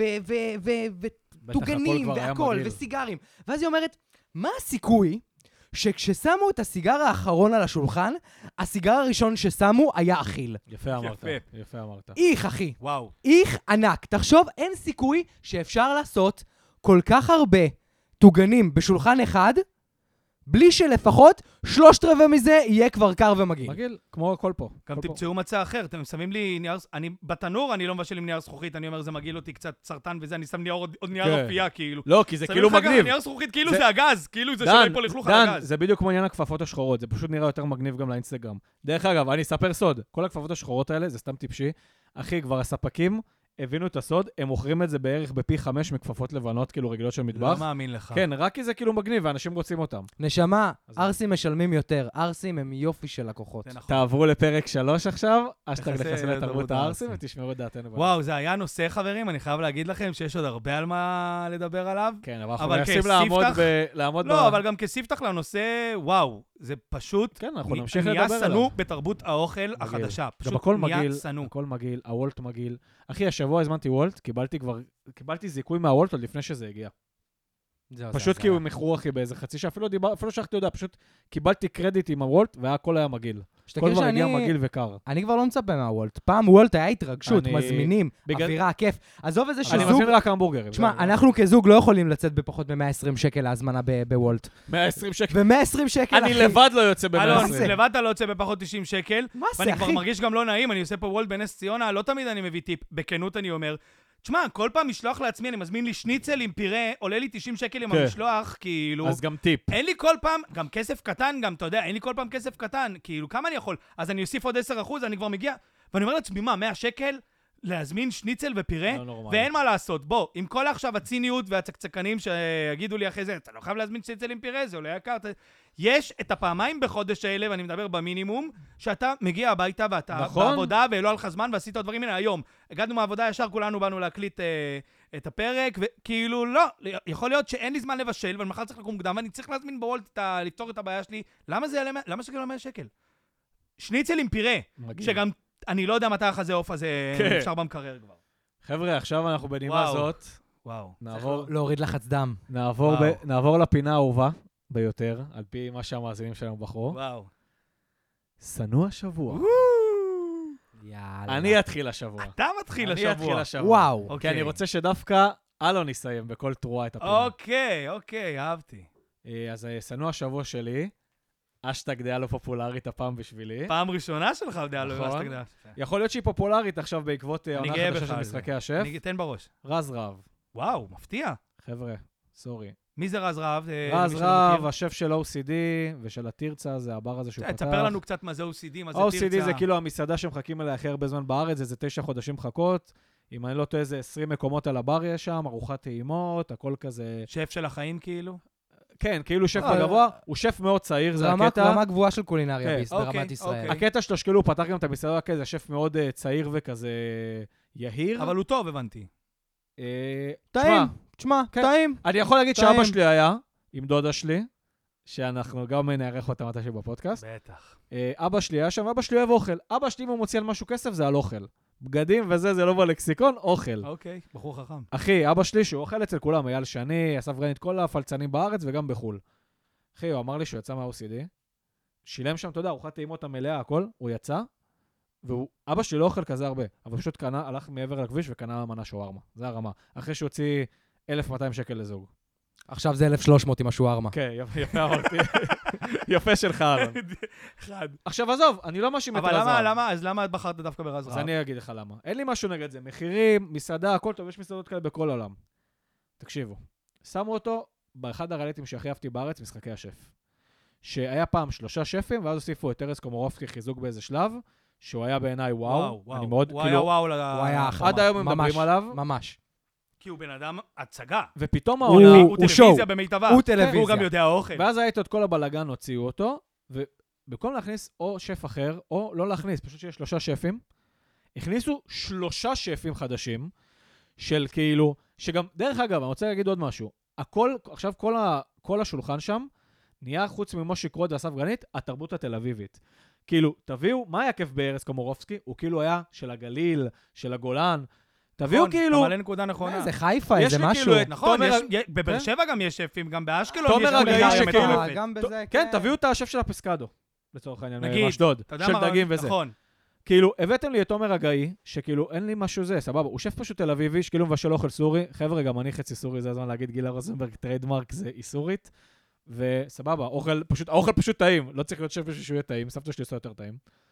וטוגנים והכל וסיגרים. ואז היא אומרת, מה הסיכוי שכששמו את הסיגר האחרון על השולחן, הסיגר הראשון ששמו היה אכיל. יפה אמרת. איך, אחי. וואו. איך ענק. תחשוב, אין סיכוי שאפשר לעשות כל כך הרבה טוגנים בשולחן אחד, בלי שלפחות 3/4 מזה יהיה כבר קר ומגעיל. מגעיל, כמו הכל פה. גם תמצאו מצע אחר, אתם שמים לי נייר... בתנור אני לא מבשל עם נייר זכוכית, אני אומר זה מגעיל אותי קצת סרטן וזה, אני שם עוד נייר אפייה כאילו. לא, כי זה כאילו מגניב. נייר זכוכית כאילו זה הגז, כאילו זה שלא פה לכלוך על הגז. דן, זה בדיוק כמו עניין הכפפות השחורות, זה פשוט נראה יותר מגניב גם לאינסטגרם. דרך אגב, אני אספר סוד, כל הכפפות השחורות האלה, זה סתם טיפשי. אחי, כבר הספקים הבינו את הסוד, הם מוכרים את זה בערך בפי 5 מכפפות לבנות, כאילו רגילות של מטבח. לא מאמין לך. כן, רק כי זה כאילו מגניב, ואנשים רוצים אותם. נשמה, ארסים משלמים יותר. ארסים הם יופי של לקוחות. תעברו לפרק 3 עכשיו, אשטג לחסל את תרבות הארסים, ותשמעו את דעתנו. וואו, זה היה נושא, חברים, אני חייב להגיד לכם שיש עוד הרבה על מה לדבר עליו. כן, אבל אנחנו מנסים לעמוד לא, אבל גם כספתח לנושא, וואו, זה פשוט... כן, אנחנו נמשיך לדבר עליו. נהיה שנוא בתרבות האוכל החדשה. פשוט נהיה שנוא. הכל מגעיל, הוולט מגעיל. אחי, השבוע הזמנתי וולט, קיבלתי זיכוי מהוולט עוד לפני שזה הגיע. פשוט כי הוא מכרו אחי באיזה חצי שעה, אפילו שכחתי יודע, פשוט קיבלתי קרדיט עם הוולט, והכל היה מגעיל. כל כבר הגיע מגעיל וקר. אני כבר לא מצפה מהוולט. פעם וולט היה התרגשות, מזמינים, אווירה, כיף. עזוב איזה שזוג... אני מזמין רק המבורגרים. תשמע, אנחנו כזוג לא יכולים לצאת בפחות מ-120 שקל להזמנה בוולט. 120 שקל? ו-120 שקל, אחי. אני לבד לא יוצא ב-120. אלון, לבד אתה לא יוצא בפחות 90 שקל. מה זה, ואני אחי? כבר מרגיש גם לא נעים, אני עושה פה וולט בנס ציונה, לא תמיד אני מביא טיפ, בכנות אני אומר. תשמע, כל פעם משלוח לעצמי, אני מזמין לי שניצל עם פירה, עולה לי 90 שקל עם המשלוח, כאילו... אז גם טיפ. אין לי כל פעם, גם כסף קטן, גם, אתה יודע, אין לי כל פעם כסף קטן, כאילו, כמה אני יכול? אז אני אוסיף עוד 10%, אני כבר מגיע, ואני אומר לעצמי, מה, 100 שקל? להזמין שניצל ופירה? ואין מה לעשות. בוא, עם כל עכשיו הציניות והצקצקנים שיגידו לי אחרי זה, אתה לא חייב להזמין שניצל עם פירה, זה עולה יקר. יש את הפעמיים בחודש האלה, ואני מדבר במינימום, שאתה מגיע הביתה ואתה בעבודה ולא לך זמן ועשית את הדברים. הנה, היום, הגענו מהעבודה ישר, כולנו באנו להקליט את הפרק, וכאילו לא, יכול להיות שאין לי זמן לבשל, ואני מחר צריך לקום מוקדם, ואני צריך להזמין בוולט לפתור את הבעיה שלי. למה זה יעלה? למה שקל 100 שקל? שניצל עם פירה, שגם אני לא יודע מתי החזה עוף הזה אפשר במקרר כבר. חבר'ה, עכשיו אנחנו בנימה זאת. וואו. להוריד לחץ דם. נעבור לפינה האהובה ביותר, על פי מה שהמאזינים שלנו בחרו. וואו. שנוא השבוע. יאללה. אני אתחיל השבוע. אתה מתחיל השבוע. אני אתחיל השבוע. וואו. כי אני רוצה שדווקא אלון יסיים בכל תרועה את הפינה. אוקיי, אהבתי. אז שנוא השבוע שלי, אשטג דעה לא פופולרית הפעם בשבילי. פעם ראשונה שלך דעה לא אשטג דעה. יכול להיות שהיא פופולרית עכשיו בעקבות העונה החדשה של משחקי השף. אני אתן בראש. רז רהב. וואו, מפתיע. חבר'ה, סורי. מי זה רז רהב? רז רהב, השף של OCD ושל התרצה, זה הבר הזה שהוא פתח. תספר לנו קצת מה זה OCD, מה זה תרצה. OCD זה כאילו המסעדה שמחכים אליה הכי הרבה זמן בארץ, זה 9 חודשים מחכות. אם אני לא טועה, איזה 20 מקומות על הבר יש שם, ארוחת טעימות, הכל כזה... שף של החיים כאילו? כן, כאילו שף בגבוה, הוא שף מאוד צעיר, זה הקטע... רמה גבוהה של קולינריה ברמת ישראל. הקטע שלו שכאילו הוא פתח גם את המסעדה כזה, שף מאוד צעיר וכזה יהיר. אבל הוא טוב, הבנתי. טעים, תשמע, טעים. אני יכול להגיד שאבא שלי היה, עם דודה שלי, שאנחנו גם נערך אותה מתישהו בפודקאסט. בטח. אבא שלי היה שם, ואבא שלי אוהב אוכל. אבא שלי אם הוא מוציא על משהו כסף, זה על אוכל. בגדים וזה, זה לא בלקסיקון, אוכל. אוקיי, בחור חכם. אחי, אבא שלי שהוא אוכל אצל כולם, אייל שני, אסף גרנית, כל הפלצנים בארץ וגם בחול. אחי, הוא אמר לי שהוא יצא מה-OCD. שילם שם, אתה יודע, ארוחת טעימות המלאה, הכל, הוא יצא, אבא שלי לא אוכל כזה הרבה, אבל פשוט קנה, הלך מעבר לכביש וקנה מנה שווארמה. זה הרמה. אחרי שהוא הוציא 1,200 שקל לזוג. עכשיו זה 1,300 עם השווארמה. כן, יפה אמרתי. יפה שלך, אלון. אחד. עכשיו, עזוב, אני לא מאשים את רז רב. אבל אז למה את בחרת דווקא ברז רב? אז אני אגיד לך למה. אין לי משהו נגד זה. מחירים, מסעדה, הכל טוב, יש מסעדות כאלה בכל העולם. תקשיבו, שמו אותו באחד הריאליטים שהכי אהבתי בארץ, משחקי השף. שהיה פעם 3 שפים, ואז הוסיפו את ארז קומורובסקי חיזוק באיזה שלב, שהוא היה בעיניי וואו. אני מאוד, הוא היה וואו. הוא היה אחלה. עד היום הם מדברים עליו. ממש. כי הוא בן אדם הצגה. ופתאום העונה... הוא טלוויזיה במיטבה. הוא טלוויזיה. והוא גם יודע אוכל. ואז הייתי את כל הבלגן, הוציאו אותו, ובמקום להכניס או שף אחר, או לא להכניס, פשוט שיש 3 שפים, הכניסו 3 שפים חדשים, של כאילו, שגם, דרך אגב, אני רוצה להגיד עוד משהו, הכל, עכשיו כל השולחן שם, נהיה חוץ ממושי קרוד ואסף גרנית, התרבות התל אביבית. כאילו, תביאו, מה היה כיף בארז קומורובסקי? הוא כאילו היה של הגליל, של הגולן, תביאו כאילו... נכון, אבל אין נקודה נכונה. זה חיפה, איזה משהו. נכון, בבאר שבע גם יש שפים, גם באשקלון יש תומר הגאי שכאילו... גם בזה, כן, תביאו את השף של הפסקדו, לצורך העניין, מאשדוד, נגיד, של דגים וזה. נכון. כאילו, הבאתם לי את תומר הגאי, שכאילו, אין לי משהו זה, סבבה, הוא שף פשוט תל אביבי, שכאילו מבשל אוכל סורי, חבר'ה, גם אני חצי סורי, זה הזמן להגיד גילה רוזנברג, טריידמרק זה איסורית, וסבבה, האוכל פשוט טעים, לא צריך להיות שף בשביל שהוא יהיה טעים, סבתא שלי עושה יותר טעים.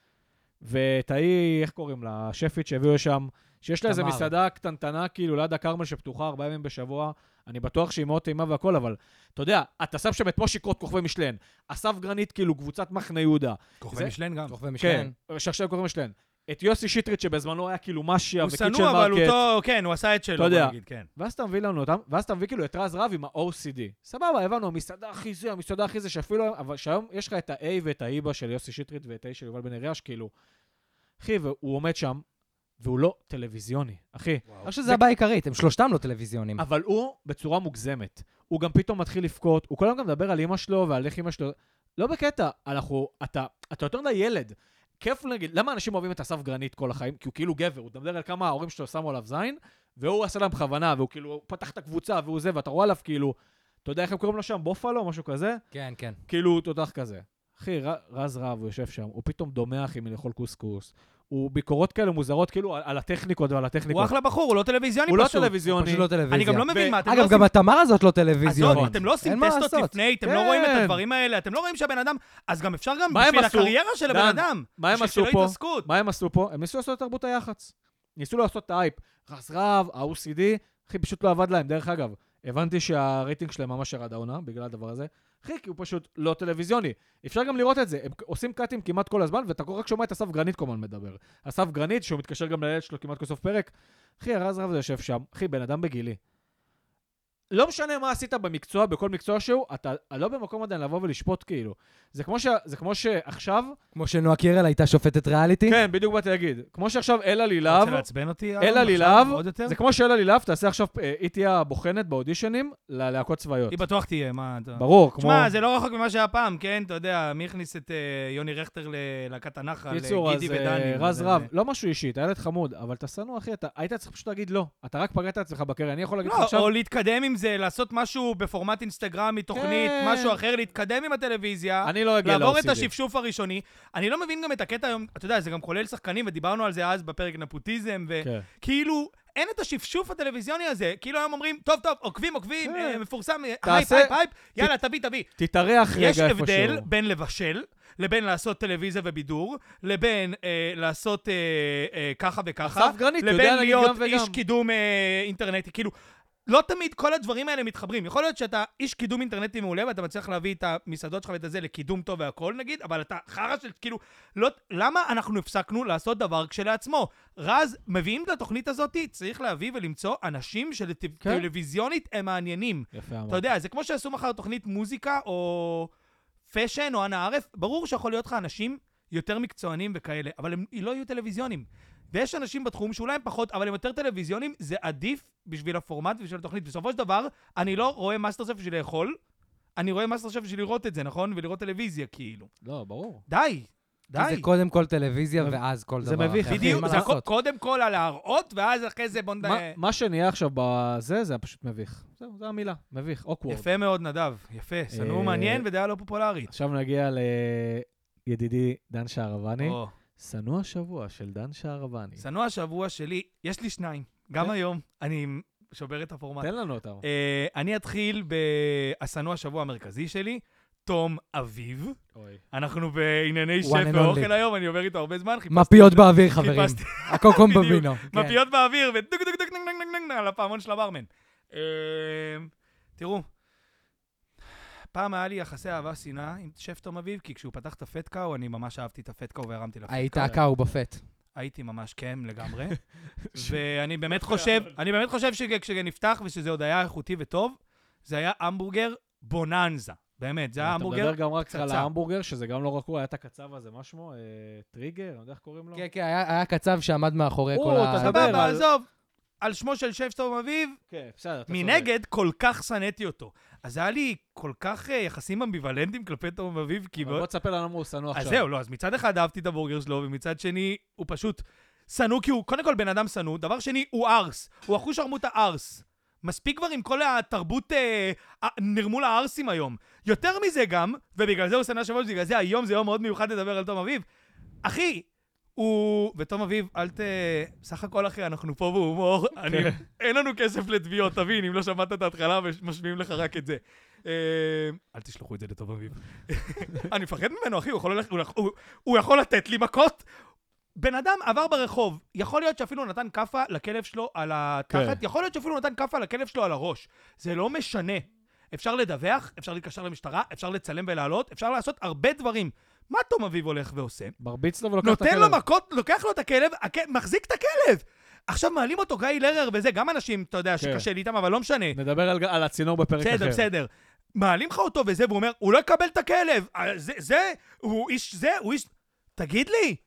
ותאי, איך קוראים לה? השפית שהביאו שם, שיש לה איזה מסעדה קטנטנה, כאילו, ליד הקרמל שפתוחה 4 ימים בשבוע, אני בטוח שהיא מאוד טעימה והכל, אבל אתה יודע, אתה שם שם את מושי קרוט כוכבי משלן, אסף גרנית, כאילו, קבוצת מחנה יהודה. כוכבי משלן גם. כוכבי משלן. כן, שעכשיו כוכבי משלן. את יוסי שטרית, שבזמנו היה כאילו משיה וקיצ'ן מרקט. הוא שנוא, אבל הוא טוב, כן, הוא עשה את שלו, בוא נגיד, כן. ואז אתה מביא לנו אותם, ואז אתה מביא כאילו את רז רב עם ה-OCD. סבבה, הבנו, המסעדה הכי זה, שאפילו, אבל שהיום יש לך את ה-A ואת ה-IBA של יוסי שטרית ואת ה-A של יובל בן אריאש, כאילו, אחי, והוא עומד שם, והוא לא טלוויזיוני, אחי. אני חושב שזה הבעיה העיקרית, הם שלושתם לא טלוויזיונים. אבל הוא בצורה מוגזמת. הוא גם פתאום מתחיל לבכות, הוא כל הזמן גם מדבר על אמא שלו ועל איך אמא שלו. לא בקטע, אתה יותר מדי ילד. כיף להגיד, למה אנשים אוהבים את אסף גרנית כל החיים? כי הוא כאילו גבר, הוא מדבר על כמה ההורים שלו שמו עליו זין, והוא עשה להם בכוונה, והוא כאילו פתח את הקבוצה, והוא זה, ואתה רואה עליו כאילו, אתה יודע איך הם קוראים לו שם, בופלו, משהו כזה? כן, כן. כאילו, תותח כזה. אחי, רז רב, הוא יושב שם, הוא פתאום דומח עם לאכול קוסקוס. הוא ביקורות כאלה מוזרות, כאילו, על הטכניקות ועל הטכניקות. הוא אחלה בחור, הוא לא טלוויזיוני פשוט. הוא לא טלוויזיוני. פשוט לא טלוויזיה. אני גם לא מבין מה, אתם לא עושים... אגב, גם התמר הזאת לא טלוויזיונית. עזוב, אתם לא עושים טסטות לפני, אתם לא רואים את הדברים האלה, אתם לא רואים שהבן אדם... אז גם אפשר גם בשביל הקריירה של הבן אדם. מה הם עשו פה? מה הם עשו פה? הם ניסו לעשות את תרבות היח"צ. ניסו לעשות את האייפ. רז רב, ה-OCD, אחי, פשוט לא עבד להם. דרך אגב, הבנתי שהרייטינג שלהם ממש ירד העונה בגלל הדבר הזה. אחי, כי הוא פשוט לא טלוויזיוני. אפשר גם לראות את זה. הם עושים קאטים כמעט כל הזמן, ואתה רק שומע את אסף גרנית כל הזמן מדבר. אסף גרנית, שהוא מתקשר גם לילד שלו כמעט כל סוף פרק. אחי, הרז רב זה יושב שם. אחי, בן אדם בגילי. לא משנה מה עשית במקצוע, בכל מקצוע שהוא, אתה לא במקום עדיין לבוא ולשפוט כאילו. זה כמו שעכשיו... כמו שנועה קירל הייתה שופטת ריאליטי? כן, בדיוק באתי להגיד. כמו שעכשיו אלה לילב... רוצה לעצבן אותי? אלה לילב, זה כמו שאלה לילב, תעשה עכשיו, היא תהיה הבוחנת באודישנים ללהקות צבאיות. היא בטוח תהיה, מה אתה... ברור, כמו... תשמע, זה לא רחוק ממה שהיה פעם, כן? אתה יודע, מי הכניס את יוני רכטר ללהקת הנחל, גידי ודני. רז רב, לא משהו אישי, אתה ילד חמוד, אבל אתה שנוא, אחי, היית צריך פשוט להגיד לא. אתה רק פגעת עצמך בקריירה, אני יכול להגיד לך עכשיו... או להתקדם עם זה, לעשות משהו בפורמט אינסטגרמי, תוכנית, משהו אחר, להתקדם עם הטלוויזיה, אני לא אגיע לעבור את השפשוף הראשוני. אני לא מבין גם את הקטע היום, אתה יודע, זה גם כולל שחקנים, ודיברנו על זה אז בפרק נפוטיזם, וכאילו, אין את השפשוף הטלוויזיוני הזה, כאילו היום אומרים, טוב, עוקבים, מפורסם, הייפ, יאללה, תביא. תתארח רגע איפשהו. יש הבדל בין לבשל, לבין לעשות טלוויזיה ובידור, לבין לעשות ככה וככה, לבין להיות איש קידום אינטרנטי, כאילו, לא תמיד כל הדברים האלה מתחברים. יכול להיות שאתה איש קידום אינטרנטי מעולה, ואתה מצליח להביא את המסעדות שלך ואת הזה לקידום טוב והכל נגיד, אבל אתה חרא של כאילו, לא, למה אנחנו הפסקנו לעשות דבר כשלעצמו? רז, מביאים את התוכנית הזאת, צריך להביא ולמצוא אנשים שלטלוויזיונית הם מעניינים. יפה אמר. אתה יודע, זה כמו שעשו מחר תוכנית מוזיקה או פשן או אנא ערף, ברור שיכול להיות לך אנשים יותר מקצוענים וכאלה, אבל הם לא יהיו טלוויזיונים. ויש אנשים בתחום שאולי הם פחות, אבל הם יותר טלוויזיונים, זה עדיף בשביל הפורמט ובשביל התוכנית. בסופו של דבר, אני לא רואה מאסטר שף בשביל לאכול, אני רואה מאסטר שף בשביל לראות את זה, נכון? ולראות טלוויזיה, כאילו. לא, ברור. די. זה קודם כל טלוויזיה, ואז כל דבר אחר. זה מביך. בדיוק, זה קודם כל על להראות, ואז אחרי זה בוא נדע... מה שנהיה עכשיו בזה, זה פשוט מביך. זהו, זו המילה, מביך, אוקוורד. יפה מאוד, נדב. יפה, סנור מעניין ודעה לא פופולרית. עכשיו נגיע ידידי דן שערבני, שנוא השבוע של דן שערבני. שנוא השבוע שלי, יש לי שניים. גם היום, אני שובר את הפורמט. תן לנו אותם. אני אתחיל בשנוא השבוע המרכזי שלי, תום אביב. אנחנו בענייני שף ואוכל היום, אני עובר איתו הרבה זמן. מפיות באוויר, חברים. הכל קומבינו. מפיות באוויר, ודוק דוק דוק דוק דוק על הפעמון של הברמן. תראו, פעם היה לי יחסי אהבה שנאה עם שף תום אביב, כי כשהוא פתח את הפטקאו, אני ממש אהבתי את הפטקאו והרמתי לפטקאו. היית הקאו בפט. הייתי ממש כן לגמרי. ואני באמת חושב שכשנפתח ושזה עוד היה איכותי וטוב, זה היה המבורגר בוננזה. באמת, זה היה המבורגר אתה מדבר גם רק על ההמבורגר, שזה גם לא רק הוא, היה את הקצב הזה, מה שמו? טריגר? אני יודע איך קוראים לו? כן, כן, היה קצב שעמד מאחורי כל ה... סבבה, עזוב. על שמו של שף תום אביב, כן, בסדר. מנגד, כל כך שנאתי אותו. אז היה לי כל כך יחסים אמביוולנטיים כלפי תום אביב, כי... בוא תספר לנו מה הוא שנוא עכשיו. אז זהו, לא, אז מצד אחד אהבתי את הבורגר שלו, ומצד שני, הוא פשוט שנוא, כי הוא, קודם כל, בן אדם שנוא, דבר שני, הוא ארס. הוא אחוש שרמוטה ארס. מספיק כבר עם כל התרבות נרמול הארסים היום. יותר מזה גם, ובגלל זה הוא שנוא השבוע, בגלל זה היום זה יום מאוד מיוחד לדבר על תום אביב. אחי, ותום אביב, סך הכל אחי, אנחנו פה בהומור, אין לנו כסף לתביעות, תבין, אם לא שמעת את ההתחלה ומשמיעים לך רק את זה. אל תשלחו את זה לתום אביב. אני מפחד ממנו, אחי, הוא יכול לתת לי מכות. בן אדם עבר ברחוב, יכול להיות שאפילו נתן כפה לכלב שלו על התחת, יכול להיות שאפילו נתן כפה לכלב שלו על הראש. זה לא משנה. אפשר לדווח, אפשר להתקשר למשטרה, אפשר לצלם ולעלות, אפשר לעשות הרבה דברים. מה תום אביב הולך ועושה? מרביץ לו ולוקח את הכלב. נותן לו מכות, לוקח לו את הכלב, מחזיק את הכלב. עכשיו מעלים אותו גיא לרר וזה, גם אנשים, אתה יודע, שקשה לי איתם, אבל לא משנה. נדבר על הצינור בפרק אחר. בסדר. מעלים לך אותו וזה, והוא אומר, הוא לא יקבל את הכלב. הוא איש... תגיד לי,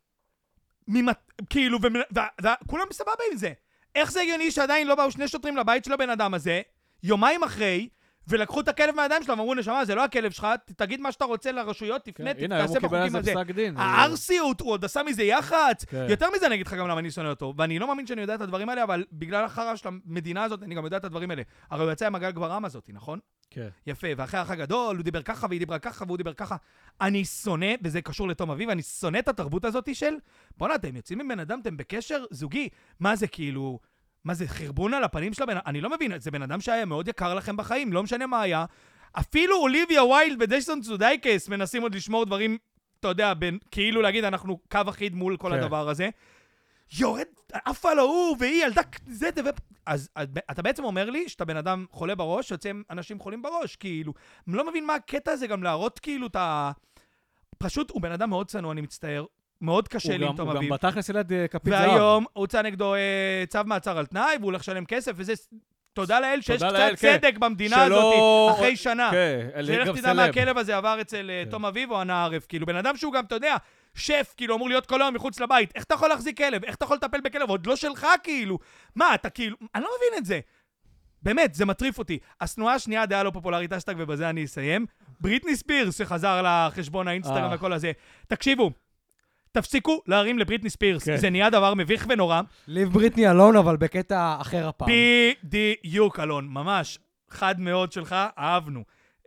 כאילו, וכולם סבבה עם זה. איך זה הגיוני שעדיין לא באו שני שוטרים לבית של הבן אדם הזה, יומיים אחרי, ולקחו את הכלב מהידיים שלו, ואמרו, נשמה, זה לא הכלב שלך, תגיד מה שאתה רוצה לרשויות, תפנה, תעשה בחוקים הזה. הארסיות, הוא עוד עשה מזה יח"צ. יותר מזה אני אגיד לך גם למה אני שונא אותו, ואני לא מאמין שאני יודע את הדברים האלה, אבל בגלל החרא של המדינה הזאת, אני גם יודע את הדברים האלה. הרי הוא יצא עם הגל גברם הזאת, נכון? כן. יפה, ואחרי האח הגדול, הוא דיבר ככה, והיא דיברה ככה, והוא דיבר ככה. אני שונא, וזה קשור לתום אביב, אני שונא את התרבות הזאת של, בוא'נה, אתם יוצאים עם בן אדם, אתם בקשר זוגי. מה זה כאילו, מה זה חרבון על הפנים של הבן אדם? אני לא מבין, זה בן אדם שהיה מאוד יקר לכם בחיים, לא משנה מה היה. אפילו אוליביה ויילד וג'ייסון סודאיקס מנסים עוד לשמור דברים, אתה יודע, כאילו להגיד, אנחנו קו אחיד מול כל הדבר הזה. יורד, אף על ההוא, והיא ילדה, זה, אז אתה בעצם אומר לי שאתה בן אדם חולה בראש, שיוצאים אנשים חולים בראש, כאילו. אני לא מבין מה הקטע הזה גם להראות כאילו את ה... פשוט הוא בן אדם מאוד צנוע, אני מצטער. מאוד קשה לי עם תום אביב. הוא גם בתכלס ילד כפית זהב. והיום הוא הוצא נגדו צו מעצר על תנאי, והוא הולך לשלם כסף, וזה... תודה לאל שיש קצת צדק במדינה הזאת אחרי שנה. שלך תדע מה הכלב הזה עבר אצל תום אביב או הנערף. כאילו בן אדם שהוא גם, אתה יודע, שף, כאילו אמור להיות כל היום מחוץ לבית. איך אתה יכול להחזיק כלב? איך אתה יכול לטפל בכלב? עוד לא שלך, כאילו. מה, אתה כאילו... אני לא מבין את זה. באמת, זה מטריף אותי. השנואה השנייה דעה לא פופולרית אשטג, ובזה אני אסיים. בריטני ספירס שחזר לחשבון האינסטגרם וכל הזה. תקשיבו. תפסיקו להרים לבריטני ספירס. זה נהיה דבר מביך ונורא. ליב בריטני אלון, אבל בקטע אחר הפעם. בדיוק אלון, ממש. חד מאוד שלך, אהבנו.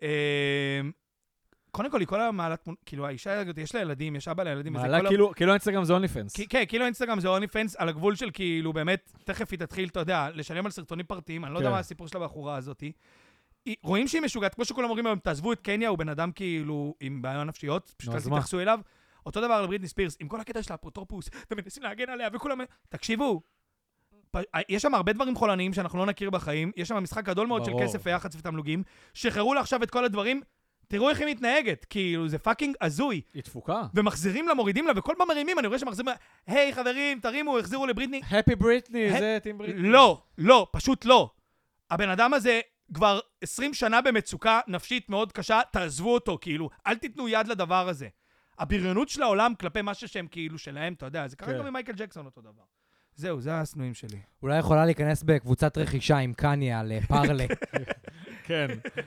קודם כל, היא כל היום מעלה תמונה, כאילו האישה הזאת, יש לה ילדים, יש אבא לילדים. מעלה כאילו אינסטגרם זה אונלי פנס. כן, כאילו אינסטגרם זה אונלי פנס, על הגבול של כאילו באמת, תכף היא תתחיל, אתה יודע, לשלם על סרטונים פרטיים, אני לא יודע מה הסיפור שלה בחורה הזאת. רואים שהיא משוגעת, כמו שכולם אומרים היום, תעזבו את קניה, הוא בן אדם כאילו עם בעיות נפשיות, פשוט תתייחסו אליו. אותו דבר לבריטני ספירס, עם כל הקטע של האפוטרופוס, ומנסים להגן עליה וכולם... תקשיבו, יש שם הרבה דברים חולניים שאנחנו לא נכיר בחיים, יש שם משחק גדול מאוד של כסף ויח"צ ותמלוגים, שחררו לה עכשיו את כל הדברים, תראו איך היא מתנהגת, כאילו זה פאקינג הזוי. היא תפוקה. ומחזירים לה, מורידים לה, וכל פעם מרימים, אני רואה שמחזירים לה, היי חברים, תרימו, החזירו לבריטני. הפי בריטני, זה טים בריטני. לא, פשוט לא. הבן אדם הזה כבר 20 שנה במצוקה נפשית מאוד קשה, תעזבו אותו, כאילו, אל תיתנו יד לדבר הזה. הבריונות של העולם כלפי משהו שהם כאילו שלהם, אתה יודע, זה קרה גם עם מייקל ג'קסון אותו דבר. זהו, זה הסנועים שלי. אולי יכולה להיכנס בקבוצת רכישה עם קניה על פרלה. כן.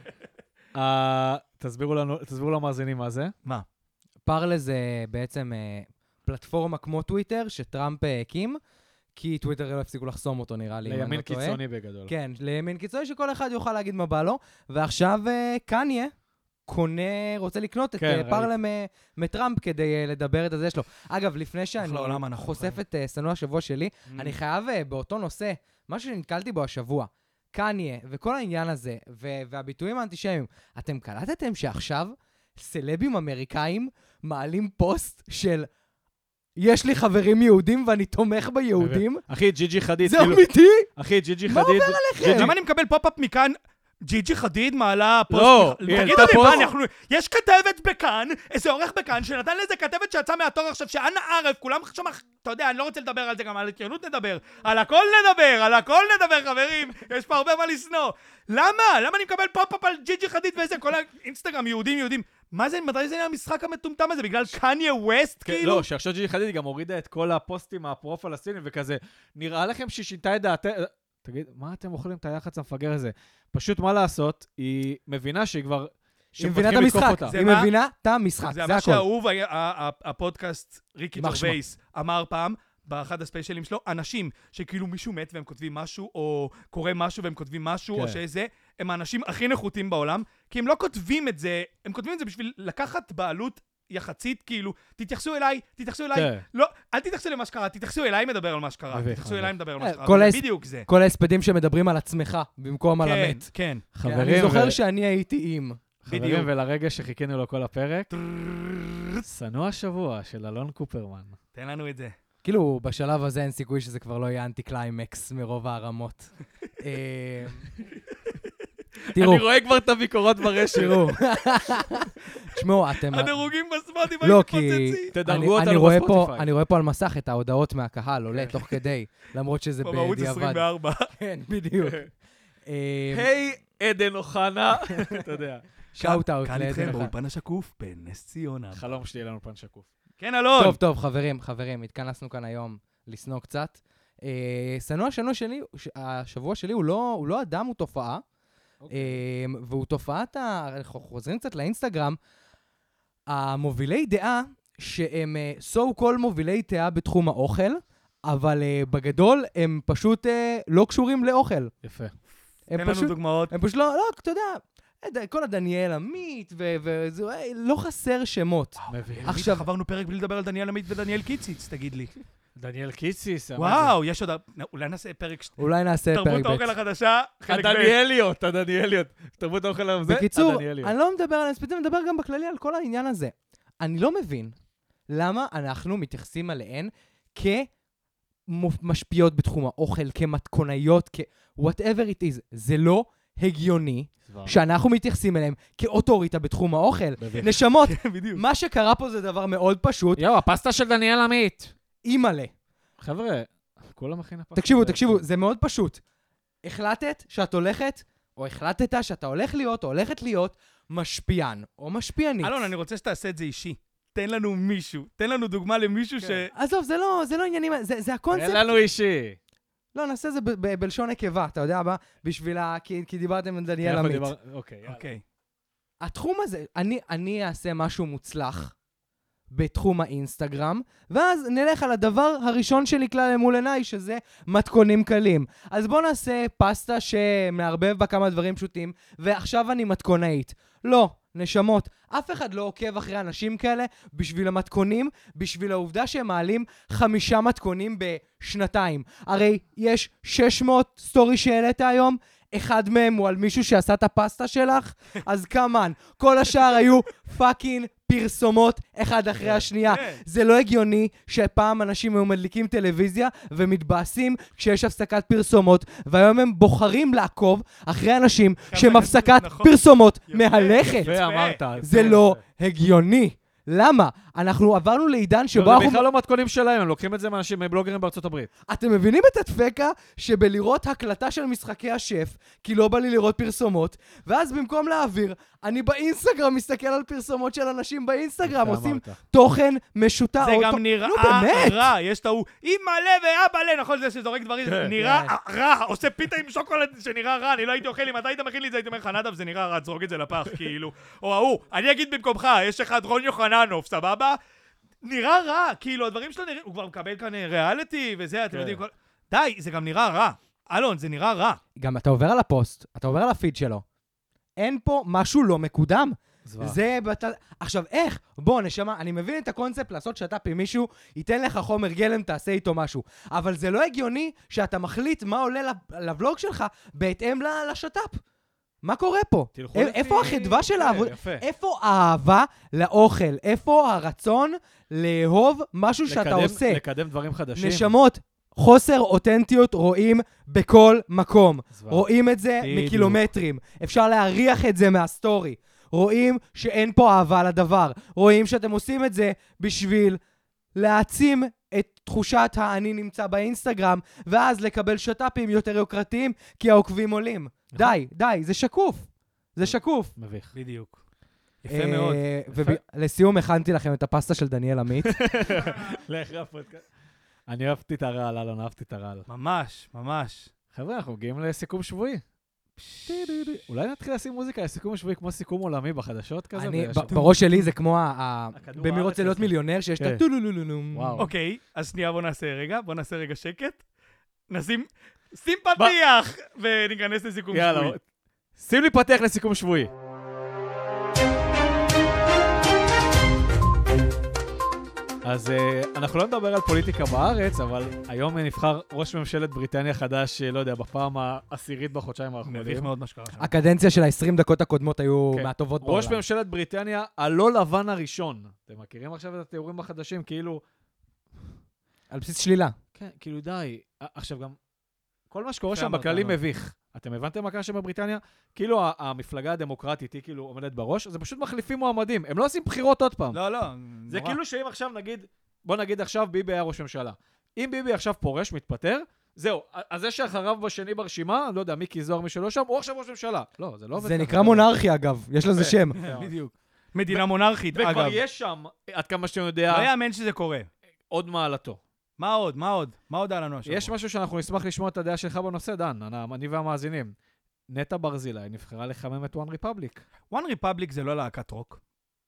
תסבירו למאזינים מה זה. מה? פרלה זה בעצם פלטפורמה כמו טוויטר שטראמפ הקים, כי טוויטר לא הפסיקו לחסום אותו נראה לי. לימין קיצוני בגדול. כן, לימין קיצוני שכל אחד יוכל להגיד מה בא לו, ועכשיו קניה רוצה לקנות את פרלם-טראמפ כדי לדבר את הזה שלו. אגב, לפני שאני חושף את סנוע השבוע שלי, אני חייב באותו נושא, משהו שנתקלתי בו השבוע, קניה וכל העניין הזה, והביטויים האנטישמיים, אתם קלטתם שעכשיו סלבים אמריקאים מעלים פוסט של יש לי חברים יהודים ואני תומך ביהודים? אחי, ג'יג'י חדיד. זה אמיתי? אחי, ג'יג'י חדיד. מה עובר עליכם? למה אני מקבל פופ-אפ מכאן? ג'יג'י חדיד מעלה פוסט... לא, תגידו לי מה, יש כתבת בכאן, איזה עורך בכאן, שנתן לזה כתבת שיצאה מהתור עכשיו, שאנה ערב, כולם שם, אתה יודע, אני לא רוצה לדבר על זה, גם על התיינות נדבר, על הכל נדבר, חברים, יש פה הרבה מה לשנוא. למה? למה אני מקבל פופ-אפ על ג'יג'י חדיד וזה, כל האינסטגרם, יהודים? מה זה, מתי זה המשחק המטומטם הזה? בגלל קניה ווסט, כאילו? לא, שעכשיו ג'יג'י חדיד גם הורידה את כל הפוסטים הפרו-פלסטינים וכזה, נראה לכם ששינתה את דעתה... תגיד, מה אתם אוכלים את היחץ המפגר הזה? פשוט מה לעשות, היא מבינה שהיא כבר... היא מבינה את המשחק, היא מבינה את המשחק, זה הכל. זה מה שהאהוב, הפודקאסט ריקי ג'רווייס אמר פעם, באחד הספיישלים שלו, אנשים שכאילו מישהו מת והם כותבים משהו, או קורא משהו והם כותבים משהו, או שזה, הם האנשים הכי נחותים בעולם, כי הם לא כותבים את זה, הם כותבים את זה בשביל לקחת בעלות יחצית, כאילו, תתייחסו אליי, לא, אל תתייחסו למה שקרה, תתייחסו אליי מדבר על מה שקרה, תתייחסו אליי מדבר על מה שקרה, בדיוק זה. כל ההספדים שמדברים על עצמך, במקום על המת. כן, כן. אני זוכר שאני הייתי עם. חברים, ולרגע שחיכינו לו כל הפרק, סנוע השבוע של אלון קופרמן. תן לנו את זה. כאילו, בשלב הזה אין סיכוי שזה כבר לא יהיה אנטי-קליימקס מרוב הרמות. אני רואה כבר את הביקורות ברשת. תראו. תשמעו, אתם... הדירוגים בספוטיפיי לא, כי... תדרגו אותנו בספוטיפיי. אני רואה פה על מסך את ההודעות מהקהל, עולה תוך כדי, למרות שזה בדיעבד. בערוץ 24. כן, בדיוק. היי, עדן אוחנה. אתה יודע. שאוט אאוט לעדן אוחנה. כאן איתכם באולפן השקוף בנס ציונה. חלום שתהיה לנו פן שקוף. כן, אלון. טוב, חברים, התכנסנו כאן היום לשנוא קצת. סנוע השבוע שלי הוא לא אדם, הוא תופעה. והוא תופעת, אנחנו חוזרים קצת לאינסטגרם, המובילי דעה שהם so called מובילי דעה בתחום האוכל, אבל בגדול הם פשוט לא קשורים לאוכל. יפה. אין לנו דוגמאות. הם פשוט לא, אתה יודע, כל הדניאל עמית, וזה לא חסר שמות. עכשיו חברנו פרק בלי לדבר על דניאל עמית ודניאל קיציץ, תגיד לי. דניאל קיציס. וואו, יש עוד... אולי נעשה פרק... אולי נעשה פרק ב'. תרבות האוכל החדשה, חלק ב'. הדניאליות. תרבות האוכל הזה, בקיצור, אני לא מדבר על הספציפים, אני מדבר גם בכללי על כל העניין הזה. אני לא מבין למה אנחנו מתייחסים עליהן כמשפיעות בתחום האוכל, כמתכוניות, whatever it is. זה לא הגיוני שאנחנו מתייחסים אליהם כאוטוריטה בתחום האוכל. נשמות, מה שקרה פה זה דבר מאוד פשוט. הפסטה של דניאל עמית. אימאלה. חבר'ה, כולם הכי נפסת. תקשיבו, זה מאוד פשוט. החלטת שאת הולכת, או החלטת שאתה הולך להיות, או הולכת להיות, משפיען, או משפיענית. אלון, אני רוצה שתעשה את זה אישי. תן לנו מישהו, תן לנו דוגמה למישהו ש... עזוב, זה לא עניינים, זה הקונספט. תן לנו אישי. לא, נעשה זה בלשון נקבה, אתה יודע, בשבילה, כי דיברתם עם דניאל עמית. אוקיי. התחום הזה, אני אעשה משהו מוצלח, בתחום האינסטגרם, ואז נלך על הדבר הראשון שנקלע למול עיניי, שזה מתכונים קלים. אז בוא נעשה פסטה שמערבב בה כמה דברים פשוטים, ועכשיו אני מתכונאית. לא, נשמות, אף אחד לא עוקב אחרי אנשים כאלה בשביל המתכונים, בשביל העובדה שהם מעלים 5 מתכונים בשנתיים. הרי יש 600 סטורי שהעלית היום, אחד מהם הוא על מישהו שעשה את הפסטה שלך, אז כמן, כל השאר היו פאקינג פרסומות אחד אחרי השנייה. זה לא הגיוני שפעם אנשים היו מדליקים טלוויזיה ומתבאסים כשיש הפסקת פרסומות, והיום הם בוחרים לעקוב אחרי אנשים שהם הפסקת פרסומות מהלכת. זה לא הגיוני. למה? אנחנו עברנו לעידן שבו אנחנו... זה בכלל לא מתכונים שלהם, הם לוקחים את זה מאנשים, מבלוגרים בארצות הברית. אתם מבינים את הדפקה שבלראות הקלטה של משחקי השף, כי לא בא לי לראות פרסומות, ואז במקום להעביר, אני באינסטגרם מסתכל על פרסומות של אנשים באינסטגרם, עושים תוכן משותף. זה גם נראה רע, יש את ההוא, אמא לב ואבא לב, נכון זה שזורק דברים, נראה רע, עושה פיתה עם שוקולד שנראה רע, אני לא הייתי אוכל, אם אתה היית מכין לי את זה, הייתי אומר לך, נדב, זה נראה רע, תזרוק את זה לפח, כאילו. או ההוא, אני אגיד במקומך, יש אחד רון יוחננוף, סבבה? נראה רע, כאילו, הדברים שלו נראים, הוא כבר מקבל כאן ריאליטי וזה, אתם יודעים, די, זה גם נראה רע. אלון, זה נראה רע. גם אתה עובר על הפוסט, אתה עובר על הפיד שלו. אין פה משהו לא מקודם. עכשיו, איך? בוא, נשמה, אני מבין את הקונספט לעשות שטאפ עם מישהו, ייתן לך חומר גלם, תעשה איתו משהו. אבל זה לא הגיוני שאתה מחליט מה עולה לבלוג שלך בהתאם לשטאפ. מה קורה פה? איפה החדווה של העבודה? איפה האהבה לאוכל? איפה הרצון לאהוב משהו שאתה עושה? לקדם דברים חדשים. נשמות, חוסר אותנטיות רואים בכל מקום. רואים את זה מקילומטרים. אפשר להריח את זה מהסטורי. רואים שאין פה אהבה לדבר. רואים שאתם עושים את זה בשביל להעצים את תחושת אני נמצא באינסטגרם, ואז לקבל שטאפים יותר יוקרתיים, כי העוקבים עולים. די, זה שקוף. זה שקוף. מביך. בדיוק. יפה מאוד. ולסיום הכנתי לכם את הפסטה של דניאל עמית. לך רפות. אני אהבתי את הרעל, אלון, אהבתי את הרעל. ממש, ממש. חבר'ה, אנחנו מגיעים לסיכום שבועי. אולי נתחיל לשים מוזיקה לסיכום שבועי כמו סיכום עולמי בחדשות כזה? בראש שלי זה כמו במי רוצה להיות מיליונר שיש את הטולולולולום. אוקיי, אז שנייה בוא נעשה רגע שקט. נשים פתיח וניכנס לסיכום שבועי. יאללה, שים לי פתיח לסיכום שבועי. אז אנחנו לא נדבר על פוליטיקה בארץ, אבל היום נבחר ראש ממשלת בריטניה חדש, לא יודע, בפעם העשירית בחודשיים האחרונים. מביך מאוד מה שקרה שם. הקדנציה של ה-20 דקות הקודמות היו מהטובות בעולם. ראש ממשלת בריטניה, הלא לבן הראשון. אתם מכירים עכשיו את התיאורים החדשים, כאילו... על בסיס שלילה. כן, כאילו די. עכשיו גם, כל מה שקורה שם בכללי מביך. אתם הבנתם מה קרה שם בבריטניה? כאילו המפלגה הדמוקרטית היא כאילו עומדת בראש, זה פשוט מחליפים מועמדים. הם לא עושים בחירות עוד פעם. לא, זה כאילו שאם עכשיו נגיד, בוא נגיד עכשיו ביבי היה ראש ממשלה. אם ביבי עכשיו פורש, מתפטר, זהו. אז זה שאחריו בשני ברשימה, לא יודע, מיקי זוהר מי שלא שם, הוא עכשיו ראש ממשלה. לא, זה לא עובד. זה נקרא מונרכיה אגב, יש לזה שם. בדיוק. מדינה מונרכית, אגב. וכבר יש שם, עד כמה שאתה יודע... לא יאמן שזה קורה. עוד מעלתו. מה עוד? מה עוד היה לנו השבוע? יש משהו שאנחנו נשמח לשמוע את הדעה שלך בנושא, דן, אני והמאזינים. נטע ברזילי נבחרה לחמם את One Republic. One Republic זה לא להקת רוק.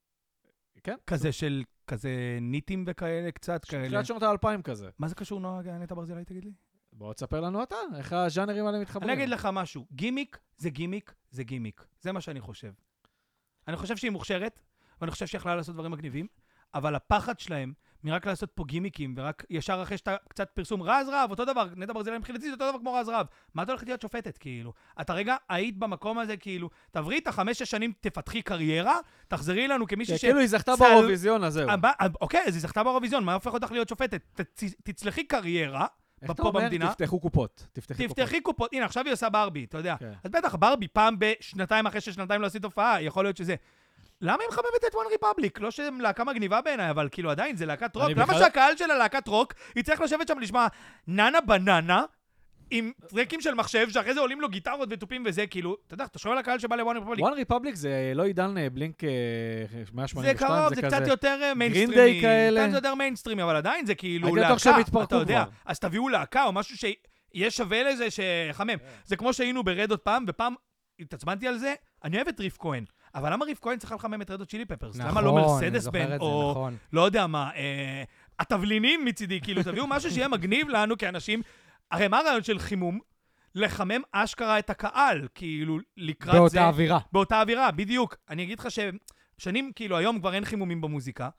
כן. כזה של, כזה ניטים וכאלה, קצת כאלה. תחילת שנות ה-2000 כזה. מה זה קשור נטע ברזילי, תגיד לי? בוא תספר לנו אתה, איך הז'אנרים האלה מתחברים. אני אגיד לך משהו, גימיק זה גימיק זה גימיק. זה מה שאני חושב. אני חושב שהיא מוכשרת, ואני חושב שהיא יכלה לעשות דברים מגניבים, אבל הפחד שלהם מרק לעשות פה גימיקים, ורק ישר אחרי שאתה קצת פרסום רז רב, אותו דבר, נטע ברזילי מבחינתי זה אותו דבר כמו רז רב. מה אתה הולכת להיות שופטת, כאילו? אתה רגע היית במקום הזה, כאילו, תעברי את 5-6 שנים, תפתחי קריירה, תחזרי לנו כמישהי כאילו היא זכתה באירוויזיון, אז זהו. אוקיי, אז היא זכתה באירוויזיון, מה הופך אותך להיות שופטת? תצלחי קריירה, פה במדינה. תפתחו קופות. תפתחי קופות. הנה, עכשיו היא עושה ברבי, אתה יודע. אז בטח, ברבי פעם בשנתיים אחרי ששנתיים לא עשית הופעה, יכול להיות שזה. למה היא מחממת את One Republic? לא שזה להקה מגניבה בעיניי, אבל כאילו עדיין זה להקת רוק. למה שהקהל של הלהקת רוק יצטרך לשבת שם לשמוע ננה בננה עם טרקים של מחשב, שאחרי זה עולים לו גיטרות וטופים וזה, כאילו, אתה יודע, אתה שומע לקהל שבא ל-One Republic. One Republic זה לא עידן בלינק 182, זה קרוב, זה קצת יותר מיינסטרימי. גרינדיי כאלה. קצת יותר מיינסטרימי, אבל עדיין זה כאילו להקה, אתה יודע. אז תביאו להקה או משהו שיהיה שווה לזה שחמם. זה כמו שהיינו ברד עוד פעם, ופעם התעצבנתי על זה, אני אוהב את ריף כהן. אבל למה ריף כהן צריכה לחמם את רדות צ'ילי פפרס? למה לא מרסדס בן, או לא יודע מה, התבלינים מצידי, כאילו תביאו משהו שיהיה מגניב לנו כאנשים. הרי מה הרעיון של חימום? לחמם אשכרה את הקהל, כאילו לקראת זה. באותה אווירה. באותה אווירה, בדיוק. אני אגיד לך ששנים, כאילו היום כבר אין חימומים במוזיקה,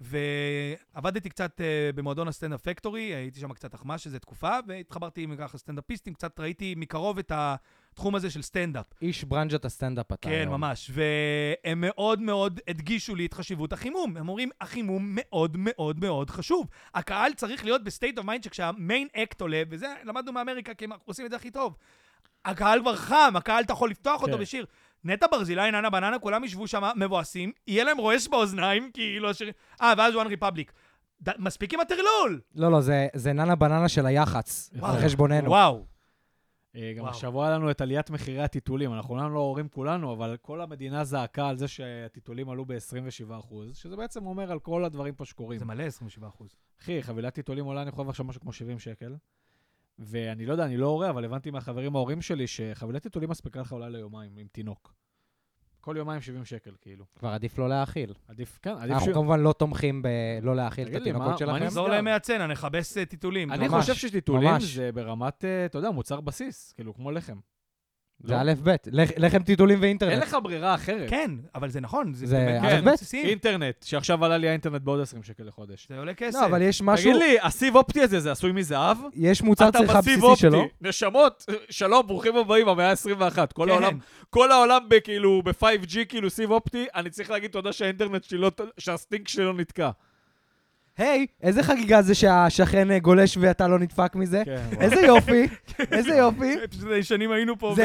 ועבדתי קצת במועדון הסטנדאפ פקטורי, הייתי שם קצת אחמש איזה תקופה, והתחברתי עם ככה סטנדאפיסטים, קצת ראיתי מקרוב את התחום הזה של סטנדאפ. איש ברנג'ת הסטנדאפ אתה. כן, ממש. והם מאוד מאוד הדגישו לי את חשיבות החימום. הם אומרים, החימום מאוד מאוד מאוד חשוב. הקהל צריך להיות בסטייט אוף מיינד שכשהמיין אקט עולה, וזה למדנו מאמריקה, כי הם עושים את זה הכי טוב. הקהל כבר חם, הקהל אתה יכול לפתוח אותו בשיר. נטע ברזילי, ננה בננה, כולם ישבו שם מבואסים, יהיה להם רועש באוזניים, כאילו השיר... ואז One Republic. מספיק עם הטרלול! לא, זה ננה בננה של היח"צ, על חשבוננו. וואו. גם השבוע היה לנו את עליית מחירי הטיטולים. אנחנו לא הורים כולנו, אבל כל המדינה זעקה על זה שהטיטולים עלו ב-27%, שזה בעצם אומר על כל הדברים פה שקורים. זה מלא 27%. אחי, חבילת טיטולים עולה, אני חושב עכשיו משהו כמו 70 שקל. ואני לא יודע, אני לא הורה, אבל הבנתי מהחברים ההורים שלי שחבילת טיטולים מספיקה לך עולה ליומיים עם תינוק. כל יומיים 70 שקל, כאילו. כבר עדיף לא להאכיל. עדיף, כן, עדיף אנחנו כמובן לא תומכים בלא להאכיל את התינוקות שלכם. נחזור להם מהצנע, נחבס טיטולים. אני חושב שטיטולים זה ברמת, אתה יודע, מוצר בסיס, כאילו, כמו לחם. זה א' ב', לחם טיטולים ואינטרנט. אין לך ברירה אחרת. כן, אבל זה נכון. זה באמת א' ב'. בסיסיים. אינטרנט, שעכשיו עלה לי האינטרנט בעוד 20 שקל לחודש. זה עולה כסף. לא, אבל יש משהו... תגיד לי, הסיב אופטי הזה, זה עשוי מזהב? יש מוצר צריכה בסיסי שלו. נשמות, שלום, ברוכים הבאים, המאה ה-21. כל העולם כאילו ב-5G, כאילו סיב אופטי, אני צריך להגיד תודה שהאינטרנט שלי לא, שהסטינק שלי לא נתקע. היי, איזה חגיגה זה שהשכן גולש ואתה לא נדפק מזה? איזה יופי, איזה יופי. שנים היינו פה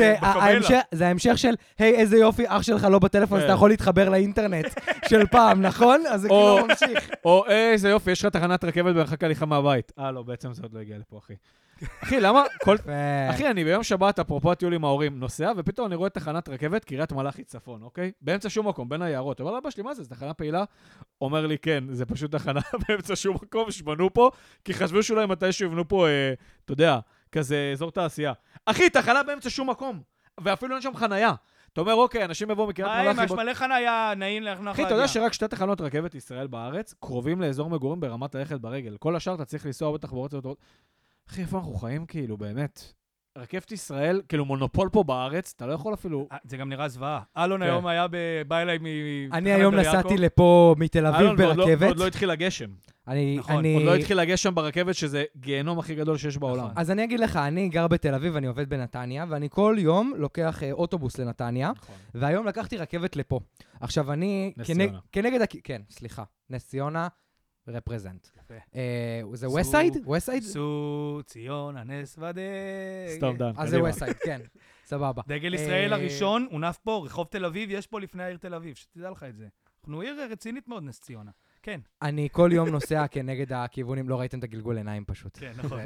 זה ההמשך של, היי, איזה יופי, אח שלך לא בטלפון, אז אתה יכול להתחבר לאינטרנט של פעם, נכון? אז זה כאילו ממשיך. או איזה יופי, יש לך תחנת רכבת במרחק הליכה מהבית. לא, בעצם זה עוד לא הגיע לפה, אחי. אחי, למה? אחי, אני ביום שבת, אפרופו הטיול עם ההורים, נוסע, ופתאום אני רואה תחנת רכבת, קריית מלאכי צפון, אוקיי? באמצע שום מקום, בין היערות. אומר לאבא שלי, מה זה? זה תחנה פעילה? אומר לי, כן, זה פשוט תחנה באמצע שום מקום, שבנו פה, כי חשבו שאולי מתי שיבנו פה, אתה יודע, כזה אזור תעשייה. אחי, תחנה באמצע שום מקום, ואפילו אין שם חנייה. אתה אומר, אוקיי, אנשים יבואו מקריית מלאכי... יש מלא חנייה, נעים להכנח אחי, אתה יודע שרק 2 תחנות רכבת ישראל בארץ קרובים לאזור מגורים ברמת ללכת ברגל. כל השאר אתה צריך לנסוע בתחבורות ציבוריות. אחי, איפה אנחנו חיים כאילו, באמת? רכבת ישראל, כאילו מונופול פה בארץ, אתה לא יכול אפילו... זה גם נראה זוועה. אלון היום היה בא אליי אני היום נסעתי לפה מתל אביב ברכבת. עוד לא התחיל הגשם. נכון. עוד לא התחיל הגשם ברכבת, שזה גיהנום הכי גדול שיש בעולם. אז אני אגיד לך, אני גר בתל אביב, אני עובד בנתניה, ואני כל יום לוקח אוטובוס לנתניה, והיום לקחתי רכבת לפה. עכשיו אני... נס ציונה. כן, סליחה. נס ציונה. רפרזנט. זה ווסטסייד? ווסטסייד? סו ציון הנס ודגל. סתם דן, אז זה ווסטסייד, כן. סבבה. דגל ישראל הראשון הונף פה, רחוב תל אביב, יש פה לפני העיר תל אביב, שתדע לך את זה. אנחנו עיר רצינית מאוד, נס ציונה. כן. אני כל יום נוסע כנגד הכיוונים, לא ראיתם את הגלגול עיניים פשוט. כן, נכון.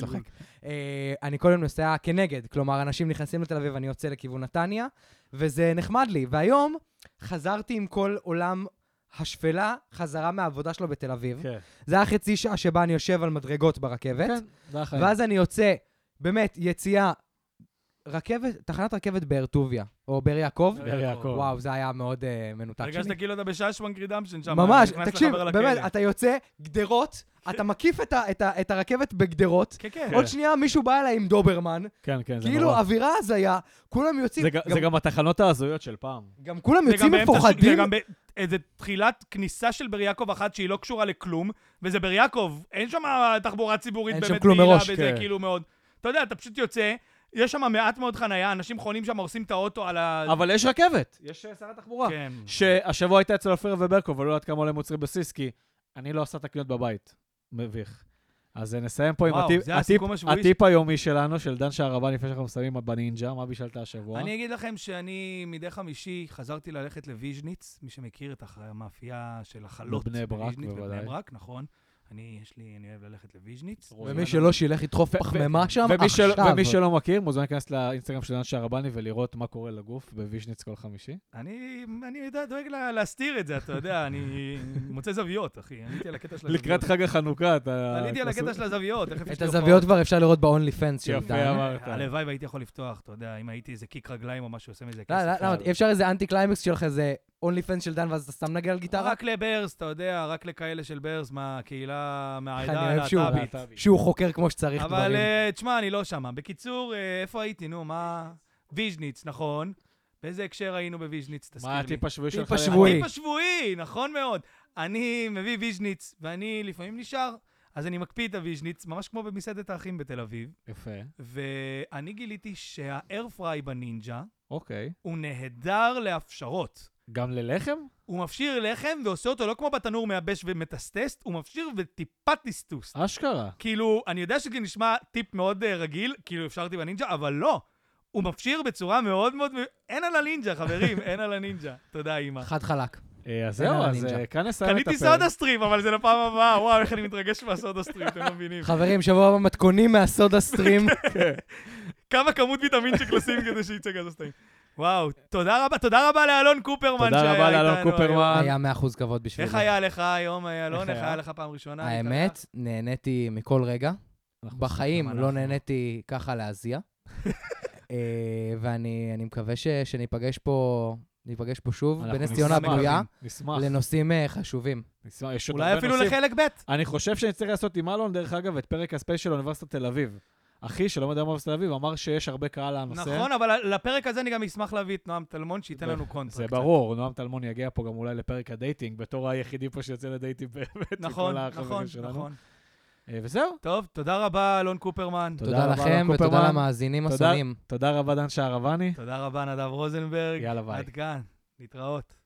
אני כל יום נוסע כנגד, כלומר, אנשים נכנסים לתל אביב, אני יוצא לכיוון נתניה, וזה נחמד לי. והיום חזרתי עם כל עולם השפלה חזרה מהעבודה שלו בתל אביב. זה היה חצי שעה שבה אני יושב על מדרגות ברכבת, ואז אני יוצא, באמת, יציאה, תחנת רכבת באר טוביה, או באר יעקב. וואו, זה היה מאוד מנותק שלי. הרגשת כאילו אתה בששואן קרידמפשן שם. ממש, תקשיב, באמת, אתה יוצא גדרות, אתה מקיף את הרכבת בגדרות, עוד שנייה מישהו בא אליי עם דוברמן, כאילו אווירה הזיה, כולם יוצאים... זה גם התחנות ההזויות של פעם. גם כולם יוצאים מפוחדים. זה גם איזה תחילת כניסה של באר יעקב אחת שהיא לא קשורה לכלום, וזה באר יעקב, אין שם תחבורה ציבורית באמת פעילה, וזה כאילו מאוד... אתה יודע, אתה פשוט יוצא, יש שם מעט מאוד חנייה, אנשים חונים שם, עושים את האוטו על ה... אבל יש רכבת, יש שרת תחבורה. כן. שהשבוע הייתה אצל אופיר וברקו, ולא יודעת כמה עולה מוצרי בסיס, כי אני לא עושה את הקניות בבית. מביך. אז נסיים פה עם הטיפ היומי שלנו, של דן שערבן, לפני שאנחנו מסיימים בנינג'ה, מה בישלת השבוע? אני אגיד לכם שאני מדי חמישי חזרתי ללכת לוויז'ניץ, מי שמכיר את המאפייה של החלות. בבני ברק, בוודאי. בבני ברק, נכון. אני אוהב ללכת לוויז'ניץ. ומי שלא שילך ידחוף פחמימה שם עכשיו. ומי שלא מכיר, מוזמן להיכנס לאינסטגרם של דן שערבני ולראות מה קורה לגוף בוויז'ניץ כל חמישי. אני דואג להסתיר את זה, אתה יודע, אני מוצא זוויות, אחי. עליתי על הקטע של הזוויות. לקראת חג החנוכה, עליתי על הקטע של הזוויות. את הזוויות כבר אפשר לראות ב-only fans של דן. יפה אמרת. הלוואי והייתי יכול לפתוח, אתה יודע, אם הייתי איזה קיק רגליים או משהו, עושה מזה כסף. לא, אפשר איזה אנטי-קליימקס שלך, איזה only fans של דן, ואז אתה סתם נגן על גיטרה? רק לברס, אתה יודע, רק לכאלה של ברס, מהקהילה, מהעדה הלהט"בית. שהוא חוקר כמו שצריך דברים. אבל תשמע, אני לא שמה. בקיצור, איפה הייתי, נו, מה... ויז'ניץ, נכון? באיזה הקשר היינו בוויז'ניץ, תזכיר לי. מה הטיפ השבועי שלך? הטיפ השבועי, נכון מאוד. אני מביא ויז'ניץ, ואני לפעמים נשאר, אז אני מקפיא את הוויז'ניץ, ממש כמו במסעדת האחים בתל אביב. יפה. ואני גיליתי שהאיירפריי בנינג'ה, אוקיי. הוא נהדר להפשרות. גם ללחם? הוא מפשיר לחם ועושה אותו לא כמו בתנור מייבש ומטסטס, הוא מפשיר וטיפה טסטוס. אשכרה. כאילו, אני יודע שזה נשמע טיפ מאוד רגיל, כאילו אפשרתי בנינג'ה, אבל לא. הוא מפשיר בצורה מאוד מאוד... אין על הנינג'ה, חברים, אין על הנינג'ה. תודה, אמא. חד חלק. אז זהו, אז כאן נסיים את הפרק. קניתי סודה סטרים, אבל זה לפעם הבאה. וואו, איך אני מתרגש מהסודה סטרים, אתם לא מבינים. חברים, שבוע הבא מתכונים מהסודה סטרים. כמה כמות ויטמינצ'יק לשים כדי שיצא גז הסטרים. וואו, תודה רבה לאלון קופרמן תודה רבה לאלון קופרמן. היה 100% כבוד בשבילי. איך היה לך היום, אלון? איך היה לך פעם ראשונה? האמת, נהניתי מכל רגע. בחיים לא נהניתי ככה להזיע. ואני מקווה שניפגש פה שוב בנס ציונה הבנויה לנושאים חשובים. אולי אפילו לחלק ב'. אני חושב שנצטרך לעשות עם אלון, דרך אגב, את פרק הספייס של אוניברסיטת תל אביב. אחי שלומד היום באוניברסיטת תל אביב, אמר שיש הרבה קהל לנושא. נכון, אבל לפרק הזה אני גם אשמח להביא את נועם טלמון, שייתן לנו קונטרה. זה ברור, נועם טלמון יגיע פה גם אולי לפרק הדייטינג, בתור היחידי פה שיוצא לדייטינג באמת. נכון, נכון, נכון. וזהו. טוב, תודה רבה, אלון קופרמן. תודה לכם ותודה למאזינים השונאים. תודה רבה, דן שערבני. תודה רבה, נדב רוזנברג. יאללה, ביי. עד כאן, להתראות.